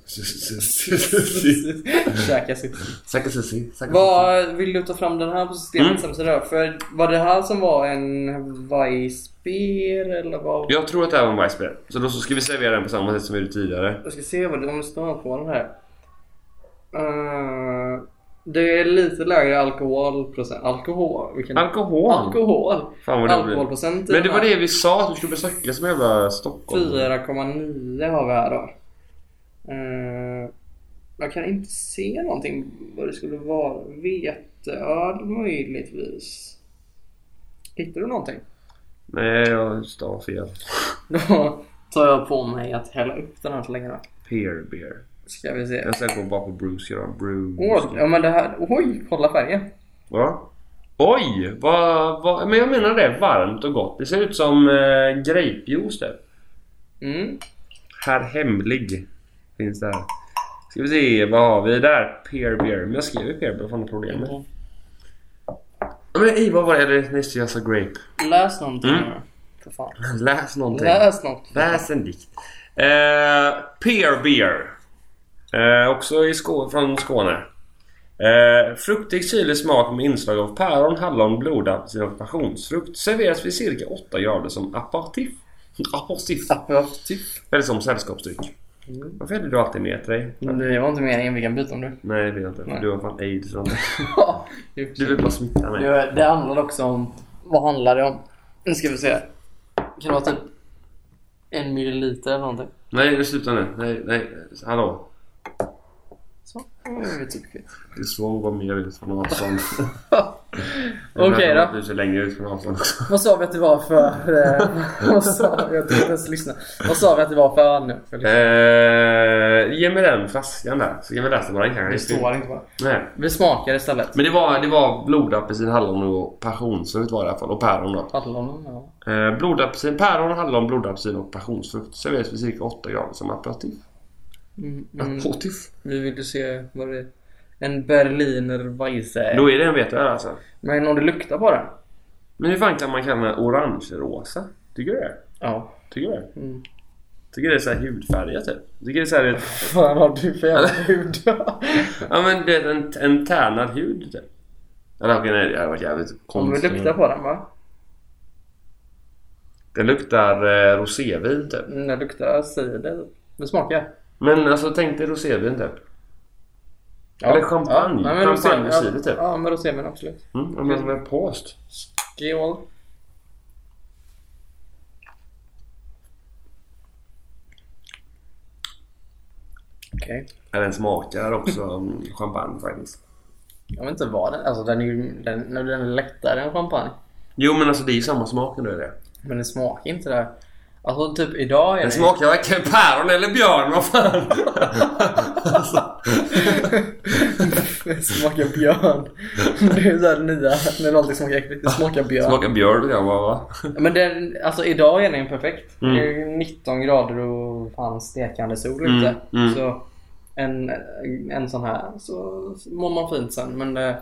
sushi. Käka sushi. Vad vill du ta fram den här på systemet som så där? För var det här som var en Weissbier eller vad? Jag tror att det här var en Weissbier. Så då så ska vi servera den på samma sätt som vi gjorde tidigare. Jag ska se vad det står på den här. Det är lite lägre alkoholprocent. Alkohol. Fan vad alkoholprocent. Men det var det vi sa att du skulle besöka som jävla Stockholm. 4,9 har vi här då. Jag kan inte se någonting vad det skulle vara. Veteöl möjligtvis. Hittar du någonting? Nej, jag stavar fel. Då tar jag på mig att hälla upp den här så länge då. Pear beer. Ska vi se. Jag ska gå bara på Bruce. Ja men det här, oj, kolla färgen. Ja. Oj, vad men jag menar det är varmt och gott. Det ser ut som grapejuice där. Här hemlig finns det här. Ska vi se, vad har vi där? Pear beer. Men jag skriver pear beer, vad fan är problemet? Men vad var det? Eller nästa jag sa grape. Läs någonting för fan. Läs någonting. Läs en dikt. Pear beer. Också från Skåne. Fruktig syrlig smak med inslag av päron, hallon, blodapelsin och passionsfrukt. Serveras vid cirka 8 grader som aperitif. Eller som sällskapsdryck. Varför är du alltid med till dig? Det var inte meningen, vi kan byta om du. Nej, det vill jag inte. Nej. Du har fan AIDS. Du vill bara smitta mig. Det handlar också om, vad handlar det om? Nu ska vi se. Kan det vara typ 1 milliliter eller någonting? Nej, sluta nu. Nej, hallå. Så, det såg vad mer ut från avstånd. Okej då. Du ser längre ut från avstånd också. Vad sa vi att det var för... jag tänkte ens lyssna. Vad sa vi att det var för nu? Ge mig den flaskan där. Så kan vi läsa vad den kanske. Det står inte bara. Nej. Vi smakar istället. Men det var blodapelsin, hallon och passionsfrukt var det i alla fall. Och päron då. Hallon, ja. Blodapelsin, päron, hallon, blodapelsin och passionsfrukt. Serveras för cirka 8 grader som aperitif. Aperitif. Vi vill se vad det är. En Berliner Weisse. Då är det en veteöl alltså. Men om du luktar på den. Men hur fan kan man kalla den orange-rosa? Tycker du det? Ja. Tycker du det? Tycker det är så här hudfärgat typ. Tycker det är så här... Fan har du för jävla hud? Ja men det är en tärnad hud typ. Eller okej, nej, det har varit jävligt konstigt. Om du luktar på den va? Den luktar rosévin typ. Den luktar cider. Det smakar. Men alltså tänk dig rosévin typ. Ja. Eller champagne. Ja, men champagne och cider typ. Ja, men rosévin absolut. Men som en post. Skål. Okej. Den smakar också champagne faktiskt. Jag vet inte vad den... Alltså den är lättare än champagne. Jo men alltså det är ju samma smak nu är det. Men det smakar inte där. Alltså typ idag är det... smakar varken päron eller björn, vad fan? Alltså. Det smakar björn. Det är såhär nya. När någonting smakar äckligt. Det smakar björn. Smakar björn, ja va? Men den, alltså idag är den perfekt. Det är 19 grader och fan stekande sol ute. Så en sån här så mår man fint sen. Men det...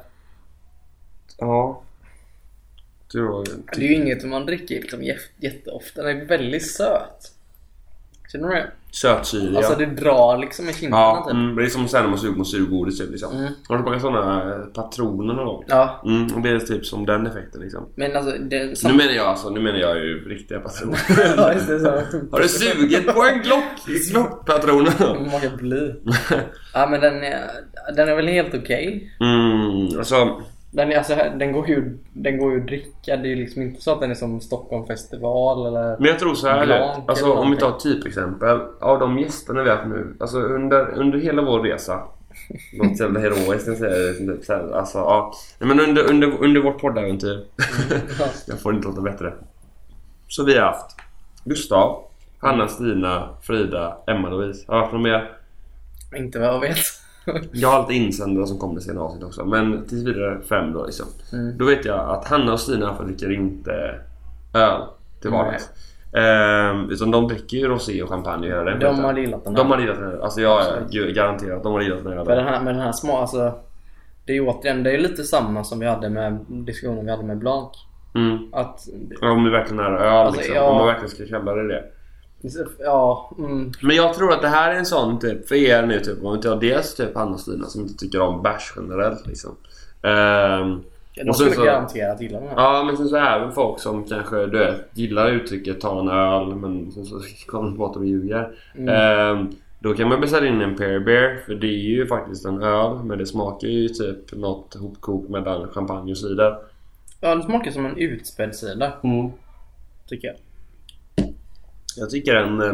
Ja. Det är ju inget man dricker liksom jätteofta. Den är väldigt söt. Känner du det? Sötsyrig, alltså det drar liksom i kinderna. Ja, typ. Det är som sen när man suger på surgodis typ, liksom. Har du smakat sådana patroner någon gång? Ja. Och det är typ som den effekten liksom. Men alltså nu menar jag ju riktiga patroner. Ja, just det, så. Har du sugit på en Glock-patroner? Den smakar bly. Ja, men den är väl helt okej. Alltså den går ju att dricka. Det är ju liksom inte så att den är som Stockholm festival eller... Men jag tror så här, alltså om vi tar ett typexempel av de gästerna vi har haft nu, alltså under hela vår resa, något jävla heroiskt jag säger så här, alltså ja, men under vårt poddäventyr. Jag får inte låta bättre. Så vi har haft Gustav, Hanna, Stina, Frida, Emma, Louise. Har haft någon mer? Inte vad jag vet. Jag har alltid insändare som kommer senare avsnitt också. Men tills vidare 5 då liksom. Då vet jag att Hanna och Stina dricker inte öl till vardags. Utan de dricker ju rosé och champagne och det. De har gillat den här. De har gillat den här. Alltså jag är garanterat att de har gillat den här. Men den här smak, alltså, det är ju återigen, det är lite samma som vi hade med diskussionen vi hade med Blanc. Att, om det verkligen är öl alltså, liksom. Om man verkligen ska kalla det. Ja, Men jag tror att det här är en sån typ för er nu typ, om inte jag dels typ Hanna och Stina som inte tycker om bärs generellt liksom. De skulle garanterat gilla den här. Ja, men sen så även folk som kanske gillar uttrycket ta en öl, men sen så kommer de på att de ljuger. Då kan man beställa in en Perry Bear, för det är ju faktiskt en öl, men det smakar ju typ något hopkok mellan champagne och cider. Ja, det smakar som en utspädd cider. Tycker jag. Jag tycker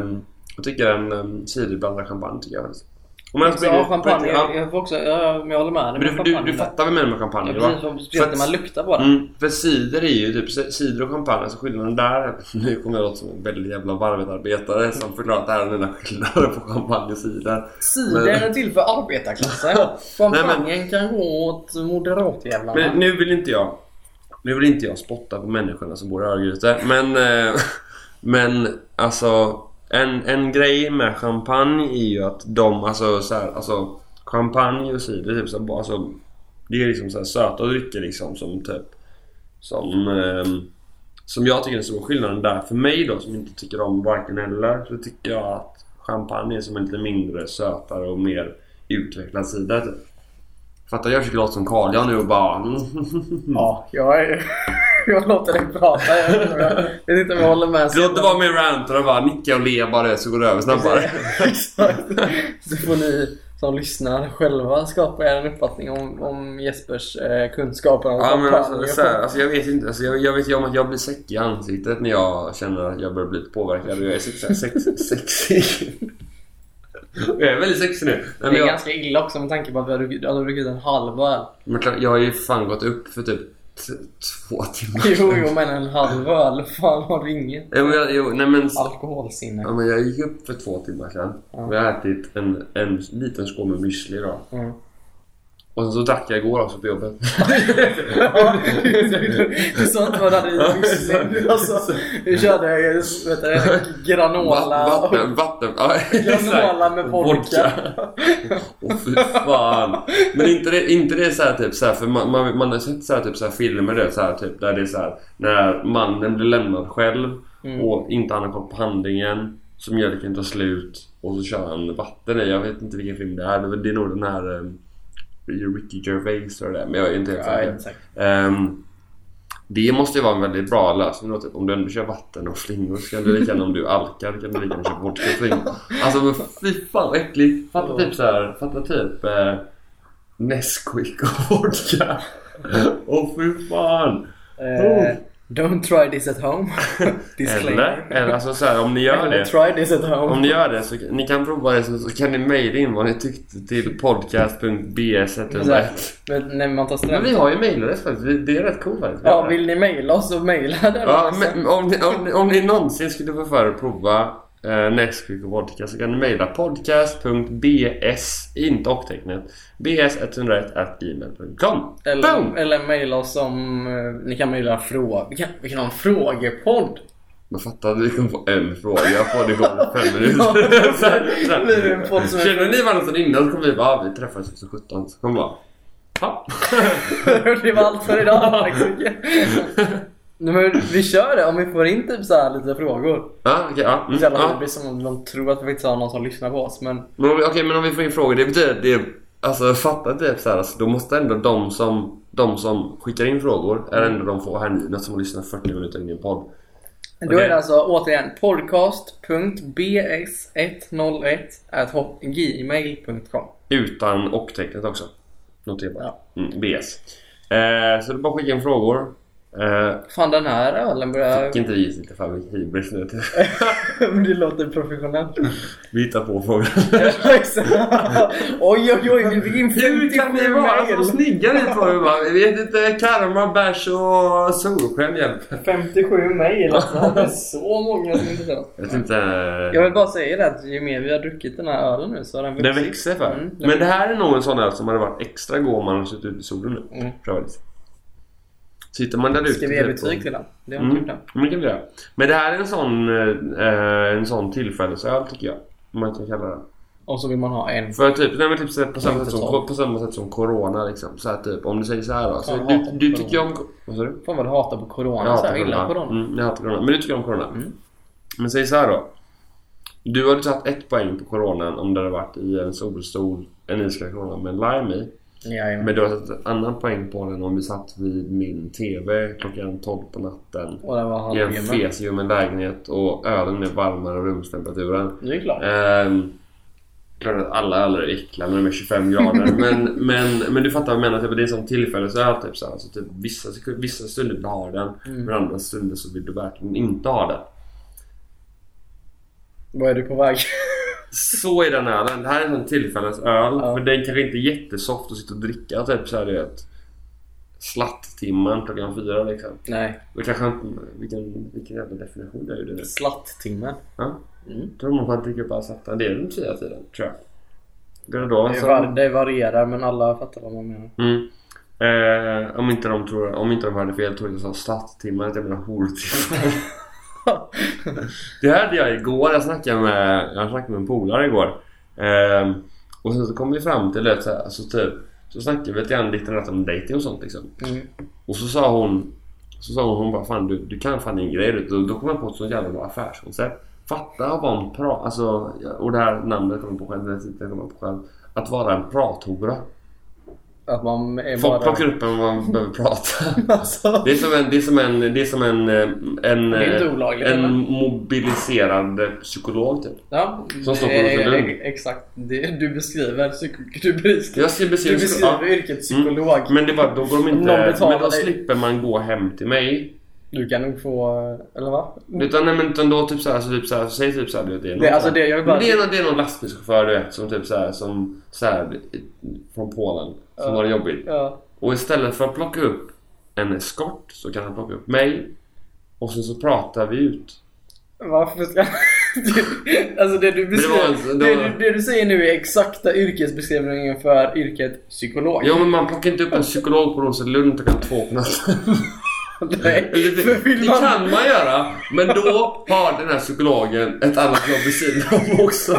en ciderblandad champagne tycker jag faktiskt. Champagne, jag får också, jag håller med dig. Men du fattar väl med champagne, va? Precis, när man luktar på den. För cider är ju typ cider och champagne, alltså skillnaden där. Nu kommer jag låta som en väldigt jävla varvetarbetare som förklarar att det här är mina skillnader på champagne och cider. Cider är till för arbetarklassen. Champagnen kan gå åt moderatjävlarna. Men nu vill inte jag spotta på människorna som bor i Örgryte. Men alltså en grej med champagne är ju att de alltså champagne och cider typ så alltså det är liksom så här söta drycker liksom som jag tycker är så skillnaden där för mig då som inte tycker om varken eller, så tycker jag att champagne är som en lite mindre sötare och mer utvecklad sida typ. Fattar jag försöker låta som Carl jag nu och bara ja, jag låter dig prata. Jag vet inte om jag håller med. Det låter vara med ranter och bara nicka och le bara så går det över snabbare. Exakt. Så får ni som lyssnar själva skapar en uppfattning om Jespers kunskaper om ja, men alltså, jag vet inte, alltså, jag vet ju om att jag blir säck i ansiktet när jag känner att jag börjar bli lite påverkad och jag är sexig. Jag är väldigt sexig nu. Men det är ganska illa också med tanke på att vi har druckit en halv öl. Men klart, jag har ju fan gått upp för typ 2 timmar. Jo, men en halv öl. Fan, har du inget? Nej, men alkoholsinne. Ja, men jag gick upp för 2 timmar sedan. Och jag har ätit en liten skål med müsli då. Och så drack jag igår också på jobbet. Du sa inte vad det hade i müsli. Alltså, du körde granola. Vatten. Granola med vodka. Åh fy fan. Men inte det så här typ så här, för man har sett så här typ så här filmer det så här typ där det är så här när mannen blir lämnad själv och inte har koll på handlingen, så mjölken tar slut och så kör han vatten i. Jag vet inte vilken film det är. Det är nog den här Ricky Gervais eller det, men jag är inte helt säker. Det måste ju vara en väldigt bra lösning då, typ. Om du ändå kör vatten och flingor så kan du lika gärna, om du alkar kan du lika gärna köra vodka och flingor. Alltså men fy fan vad äckligt. Fatta typ så här, Nesquik och vodka. Åh fy fan. Don't try this at home. eller alltså så här, om ni gör det. Try this at home. Om ni gör det så ni kan prova det, så kan ni mejla in vad ni tyckte till podcast.bs101. Men när man tar men vi har ju mejladress faktiskt. Det är rätt coolt faktiskt. Ja, vill ni mejla oss så mejla det. Ja, men om ni någonsin skulle få för att prova Nesquik och vodka så kan ni mejla podcast.bs, inte och-tecknet, bs101@gmail.com. Eller mejla oss som ni kan mejla frågor. Vi kan ha en frågepodd. Man fattar att vi kan få en fråga på det går 5 minuter. Känner ni varandra sedan innan så kommer vi bara, vi träffades 2017 så kommer bara det var allt för idag. Tack så mycket. Men vi kör det om vi får in typ så här lite frågor. Okay, det blir som om de tror att vi inte har någon som lyssnar på oss. Men om vi får in frågor, det betyder det, alltså fatta typ så här, alltså, då måste ändå de som skickar in frågor är ändå de får hängivna som lyssnar 40 minuter in i en podd. Då är det alltså återigen podcast.bs101@gmail.com. Utan och-tecknet också. Notera. BS. Så det är bara att skicka in frågor. Fan, den här ölen börjar... Fick inte visa lite för mycket hybris nu. Men det låter professionellt. Vi hittar på frågan. Oj, vi fick in 57 Hur kan ni vara så snygga ni två? Vi vet inte, karma, bärs och solsken hjälp. 57 mejl, alltså. Det är så många som inte vet. Jag vet inte. Jag vill bara säga det att ju mer vi har druckit den här ölen nu så har den vuxit. Den växer för. Men det här är nog en sån öl som hade varit extra god om man hade suttit ut i solen nu. Pröva lite. Sitter man där ute. Ska vi ge betyg till den? Det har inte gjort det. Men kan vi göra. Men det här är en sån tillfällesöl tycker jag. Om man kan kalla det. Och så vill man ha en. För typ, nej, men typ på samma sätt som corona liksom. Så här, typ, om du säger så här då. Så du tycker om... Vad sa du? Fan vad du hatar på corona. Jag hatar corona. Jag hatar corona. Men du tycker om corona. Men säg så här då. Du hade tagit 1 poäng på coronan om det hade varit i en solstol, en iskall corona med lime i. Jajamän. Men du har satt ett annan poäng på den om vi satt vid min tv klockan 12 på natten och det var i en fesljummen lägenhet och ölen är varmare än rumstemperaturen. Det är klart. Klart att alla öl är äckliga när de är 25 grader. men du fattar vad jag menar, typ, det är som tillfälle så är typ så här, så typ, vissa stunder vill du ha den, men andra stunder så vill du verkligen inte ha den. Vad är du på väg? Så är den ölen. Det här är en tillfälles öl. För den kanske inte är jättesoft att sitta och dricka. Typ så här, det är ett slatttimman klockan 4 liksom. Nej. Det kanske inte... Vilken jävla definition är det? Slatttimmen. Ja. Tror man får dricka upp all satta. Det är den 4 tiden, tror jag. Det varierar, men alla fattar vad man menar. Om inte de hade fel tror jag att jag sa slatttimman. Jag menar hortimman. Det hörde jag igår. Jag snackade med en polare igår. Och sen så kom vi fram till det så här, alltså typ, så snackade vi lite rätt om dating och sånt liksom. Och så sa hon bara, fan du kan fan din grej. Då kom jag på ett sånt jävla bra affärskoncept. Fatta vad en och det här namnet kommer på själv, att vara en prathora. Att man är folk plockar upp en vad man behöver prata. Alltså. Det är som en mobiliserad psykolog typ. Ja, som står på exakt. Du beskriver yrket psykolog. Men det var då går de inte. Men då slipper man gå hem till mig. Du kan nog få, eller vad? Utan då typ så här säg typ så här det är någon lastbilschaufför du vet som typ så här från Polen som har det jobbigt. Ja. Och istället för att plocka upp en eskort så kan han plocka upp mig och så pratar vi ut. Varför ska alltså det du beskriver, det du säger nu är exakta yrkesbeskrivningen för yrket psykolog. Ja, men man plockar inte upp en psykolog på Rosenlund klockan 2 på natten. Nej, det kan man göra. Men då har den här psykologen ett annat jobb vid sidan om också.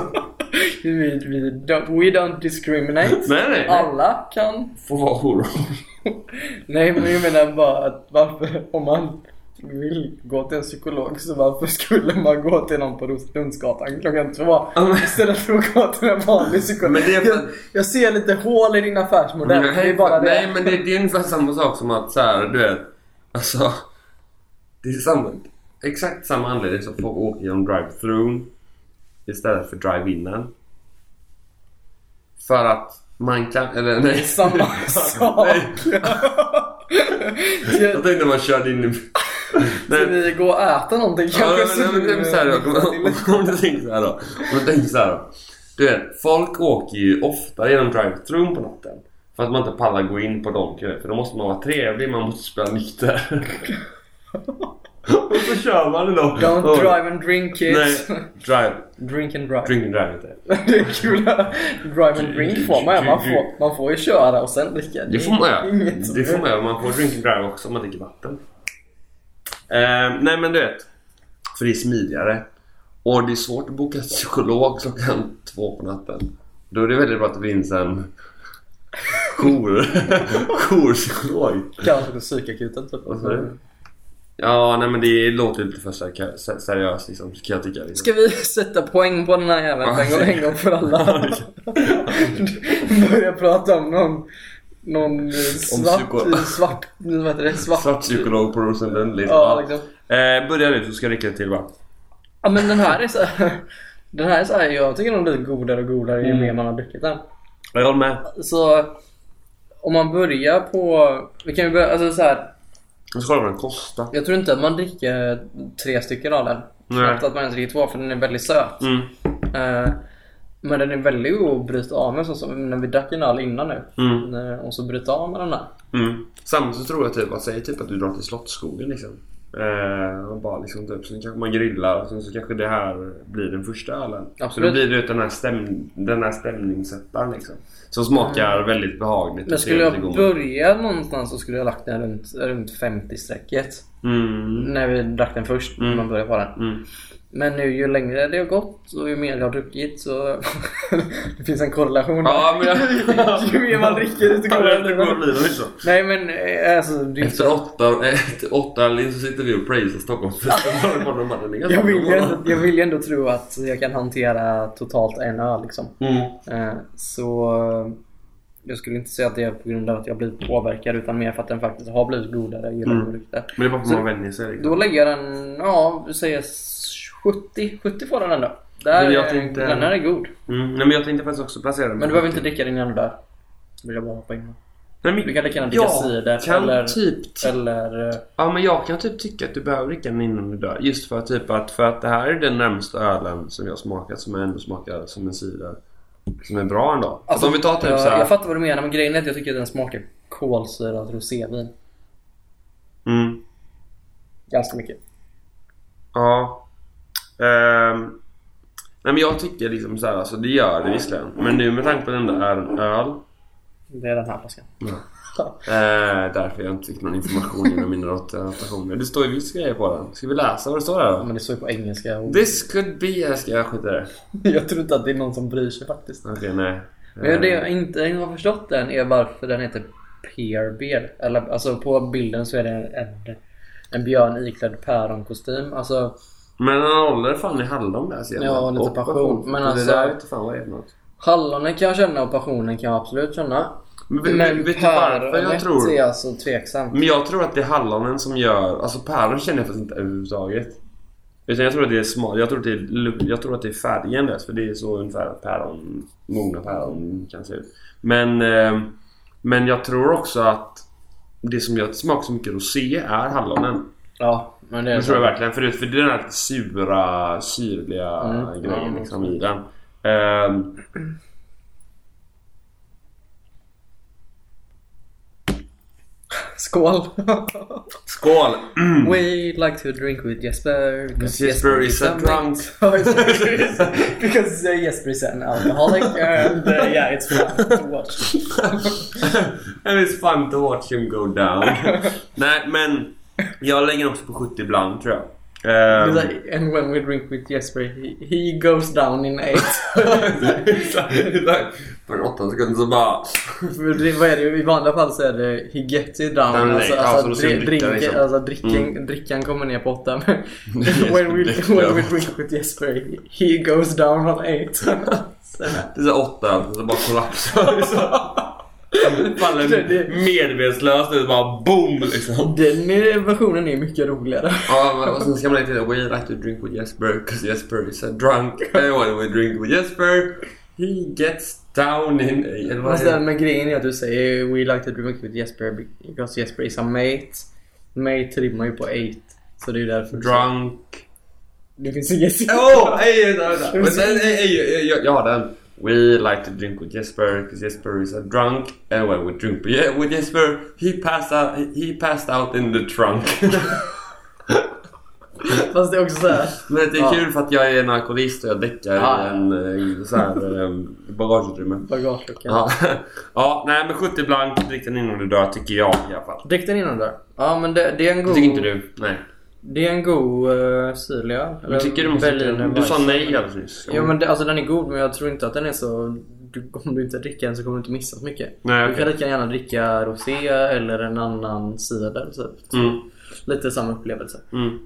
We don't discriminate. Nej. Alla kan få vara horor. Nej, men jag menar bara att varför, om man vill gå till en psykolog, så varför skulle man gå till någon på Rosenlundsgatan klockan 2 istället för att gå till en vanlig psykolog? Men jag ser lite hål i din affärsmodell. Nej, men det är ungefär samma sak som att så här, du vet, alltså det är exakt samma anledning som folk åker genom drive-thru istället för drive-inen. För att man kan, eller nej, samma sak. Jag tänkte man körde in i ska vi gå och äta någonting kanske? Om du tänker så här då. Du vet, folk åker ju ofta genom drive-thru på natten för att man inte pallar gå in på dem köer. För då måste man vara trevlig, man måste spela nykter. Och så kör man då. Don't drive and drink, kids. Nej, drive. Drink and drive. Drink and drive inte. Det är kul. Drive and drink får man får ju köra och sen dricka. Det får man göra. Det får man göra. Man får drink and drive också om man dricker vatten. Nej, men du vet, för det är smidigare. Och det är svårt att boka psykolog klockan 2 på natten. Då är det väldigt bra att det finns en jourpsykolog. Kanske på psykakuten typ. Ja, nej, men det låter lite för seriöst liksom, kan jag tycka liksom. Ska vi sätta poäng på den här jäveln en gång för alla? Börja prata om någon svart psykolog på Rosenlund liksom. Ja, liksom. Börja nu så ska jag rycka till va. Ja, men den här är så här, jag tycker den blir godare och godare ju mer man har druckit den. Jag håller med. Så om man börjar på, vi kan ju börja, alltså så här. Vad ska den kosta? Jag tror inte att man dricker 3 stycken av den. Knappt att man ens dricker 2 för den är väldigt söt. Men den är väldigt god att bryta av med, så som när vi drack en öl innan nu. Och så bryta av med den här. Samtidigt så tror jag typ att säga typ att du drar till Slottsskogen liksom. Och bara liksom typ, så kanske man grillar och så kanske det här blir den första ölen. Absolut. Så då blir det den här stämningssättaren liksom. Som smakar väldigt behagligt. Men skulle jag börja någonstans så skulle jag lagt den runt 50-strecket. När vi drack den först, när man började på den. Men nu ju längre det har gått och ju mer jag har druckit så det finns en korrelation. Ja, men ju mer man dricker det går det liksom. Nej, men alltså det efter 8 eller så sitter vi och praisar Stockholmsfesten. Jag vill ju ändå tro att jag kan hantera totalt en öl liksom. Så jag skulle inte säga att det är på grund av att jag blivit påverkad, utan mer för att den faktiskt har blivit godare i produkter. Men det är bara för att man vänjer sig liksom. Då lägger jag den, ja, vi säger 70 får den ändå. Den här är god. Nej, men jag tänkte faktiskt också placera den. Men du behöver inte dricka den där. Vill jag bara hoppa in. Du kan lika dricka cider eller ja, men jag kan typ tycka att du behöver dricka den innan du dör. Just för att det här är den närmaste ölen som jag smakat som jag ändå smakar som en cider som är bra ändå. Alltså, om vi tar typ så här. Jag fattar vad du menar, men grejen är att jag tycker att den smakar kolsyrat rosévin. Ganska mycket. Ja. Nej, men jag tycker liksom så här, alltså det gör det visserligen. Men nu med tanke på den där öl. Det är den här flaskan. Därför jag inte fick någon information inom mina rotationer. Det står ju viss grejer på den. Ska vi läsa vad det står där då? Men det står ju på engelska. This could be, jag ska skita det. Jag tror inte att det är någon som bryr sig faktiskt. Okej, nej. Men det jag inte har förstått den är varför den heter Pear Beer. Eller, alltså på bilden så är det en björn iklädd päronkostym. Alltså, men han håller fan i hallon där ser man. Ja, lite passion. Men alltså, det där vet fan vad är det något. Hallonen kan jag känna och passionen kan jag absolut känna. Men vet du varför jag tror? Är alltså tveksamt. Men jag tror att det är hallonen som gör... Alltså päron känner jag faktiskt inte överhuvudtaget. Utan jag tror att det är smart. Jag tror att det är färgen där. För det är så ungefär päron, mogna päron kan se ut. Men jag tror också att det som gör att det smakar så mycket rosé är hallonen. Ja, men det tror jag verkligen. För det är den här sura, syrliga grejen liksom i den. Skål! Skål! We like to drink with Jesper because Jesper is a drunk. Because Jesper is an alcoholic and yeah, it's fun to watch. And it's fun to watch him go down. Nej, men jag lägger också på 70 ibland tror jag. And when we drink with Jesper, he goes down in 8. För 8 sekunder så bara... Vad är det? I vanliga fall så är det he gets it down. Drickan kommer ner på 8. When we drink with Jesper, he goes down on 8. Det är så 8, så bara kollapsar. Faller medvetslöst ut, bara boom liksom. Den versionen är mycket roligare. Ja, och sen ska man lägga till we like to drink with Jesper because Jesper is a drunk. And when we drink with Jesper, he gets down in... Men grejen är att du säger we like to drink with Jesper because Jesper is a mate. Mate rimmar ju på 8. Så det är ju därför. Drunk. Det finns inget... Jag har den. We like to drink with Jesper because Jesper is a drunk. And when we drink with Jesper, he passed out in the trunk. Fast det är också så här. Men det är kul för att jag är en alkoholist och jag däckar i en så här bagageutrymme. Ja, nej men 70 blank, drick den innan du dör tycker jag i alla fall. Drick den innan du dör? Ja, men det är en god... Tycker inte du? Nej. Det är en god syrliga. Men tycker du måste inte... Du sa nej alldeles nyss. Ja, men alltså den är god, men jag tror inte att den är så... Om du inte dricker den så kommer du inte missa så mycket. Nej, du kan lika gärna dricka rosé eller en annan cider så. Lite samma upplevelse.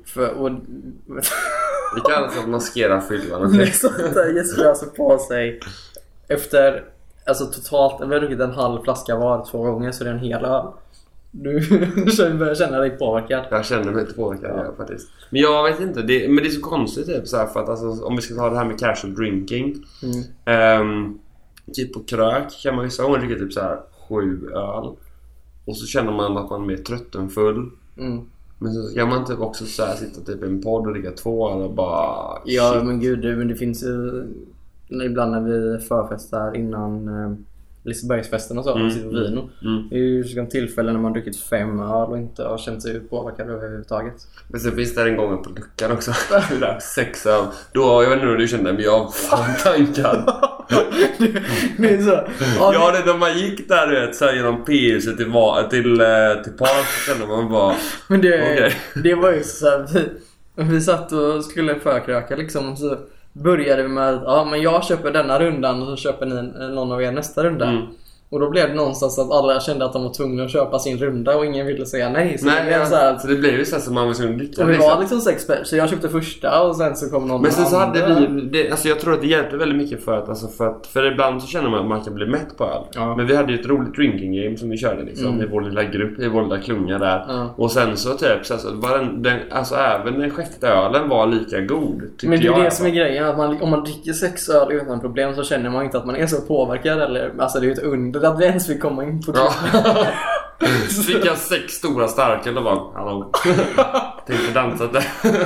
Det kan alltså maskera fyllan. Det är sånt där Jesper alltså på sig efter alltså totalt, vi har druckit en halv flaska var 2 gånger så det är en hel öl. Du börjar känna dig påverkad. Jag känner mig inte påverkad faktiskt. Men jag vet inte, men det är så konstigt typ så här, för att alltså, om vi ska ta det här med casual drinking. Typ på krök kan man ju säga, om man dricker typ så här 7 öl och så känner man att man är mer trött än full. Men så kan man typ också så här, sitta typ i en podd och dricka 2 eller bara shit. Ja men gud, men det finns ju ibland när vi förfestar innan Lisebergsfesten och så, man sitter på vino. Det är ju en tillfälle när man druckit 5 öl och inte har känt sig påverkad överhuvudtaget. Men så finns det en gång på luckan också. 6 öl. Då, jag vet inte hur du kände, men jag var fan tankad. Det är så. Ja, det när man gick där vet, så här, genom P-huset till park så kände man bara... Men det var ju så här, vi satt och skulle förkröka liksom, så började vi med att men jag köper denna rundan och så köper ni någon av er nästa runda. Och då blev det någonstans att alla kände att de var tvungna att köpa sin runda och ingen ville säga nej. Så det blev så här, så det blev ju så här som man var så undvika. Och vi var liksom 6 personer, så jag köpte första och sen så kom någon. Men sen så hade vi alltså jag tror att det hjälpte väldigt mycket för att alltså för ibland så känner man att man kan bli mätt på öl. Ja. Men vi hade ju ett roligt drinking game som vi körde liksom i vår lilla grupp, i vår lilla klunga där. Och sen så typ så alltså, var alltså även den 6:e ölen var lika god. Men det är det som är grejen, att om man dricker 6 öl utan problem så känner man inte att man är så påverkad eller alltså det är ju ett under att vi ens vill komma in på det. Så fick jag 6 stora starka och bara, hallå, tänkte dansa där.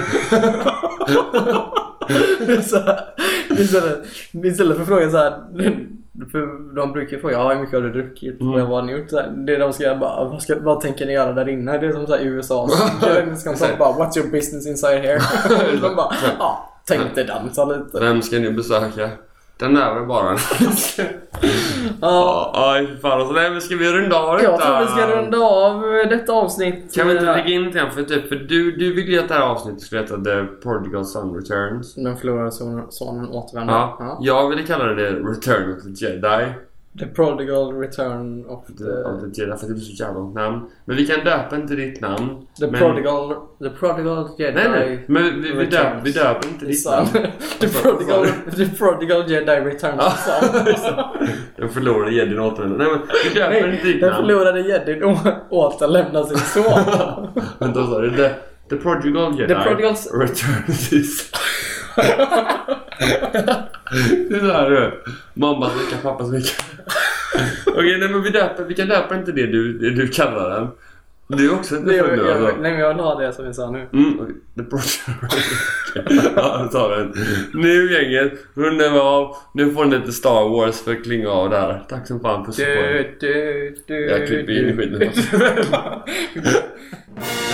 Istället för frågan så här, för de brukar fråga hur mycket har du druckit och vad har ni gjort så här, det de ska bara, vad tänker ni göra där inne? Det är som så här USA ska de bara, what's your business inside here? De bara, tänkte dansa lite. Vem ska ni besöka? Den där var bara fan. Så nej, ska vi runda av detta? Jag tror vi ska runda av detta avsnitt. Kan vi inte lägga in lite för typ, för du vill ju att det här avsnittet skulle heta The Prodigal Son Returns. Den förlorade sonen återvänder. Ja. Jag ville kalla det Return of the Jedi. The Prodigal Return of the Jedi, för det är så jävla långt namn. Men vi kan döpa inte ditt namn. The Prodigal Jedi. Nej, men vi döper inte ditt namn. The Prodigal Jedi Returns of Son. Den förlorade jedin återvänder. Nej, men vi döper inte ditt namn. Den förlorade jedin återlämnar sin son. Men då sa du The Prodigal Jedi Returns. Det är så här du. Mammas vecka, pappas vecka. Okej, nej men vi kan döpa inte det du kallar den. Det är också inte för nu alltså. Nej men jag la det som vi sa nu. The Prodigal. Ja, då tar vi den. Nu gänget, runden av. Nu får ni lite Star Wars för att klinga av där. Tack som fan, puss på er. Jag klipper in i skiten.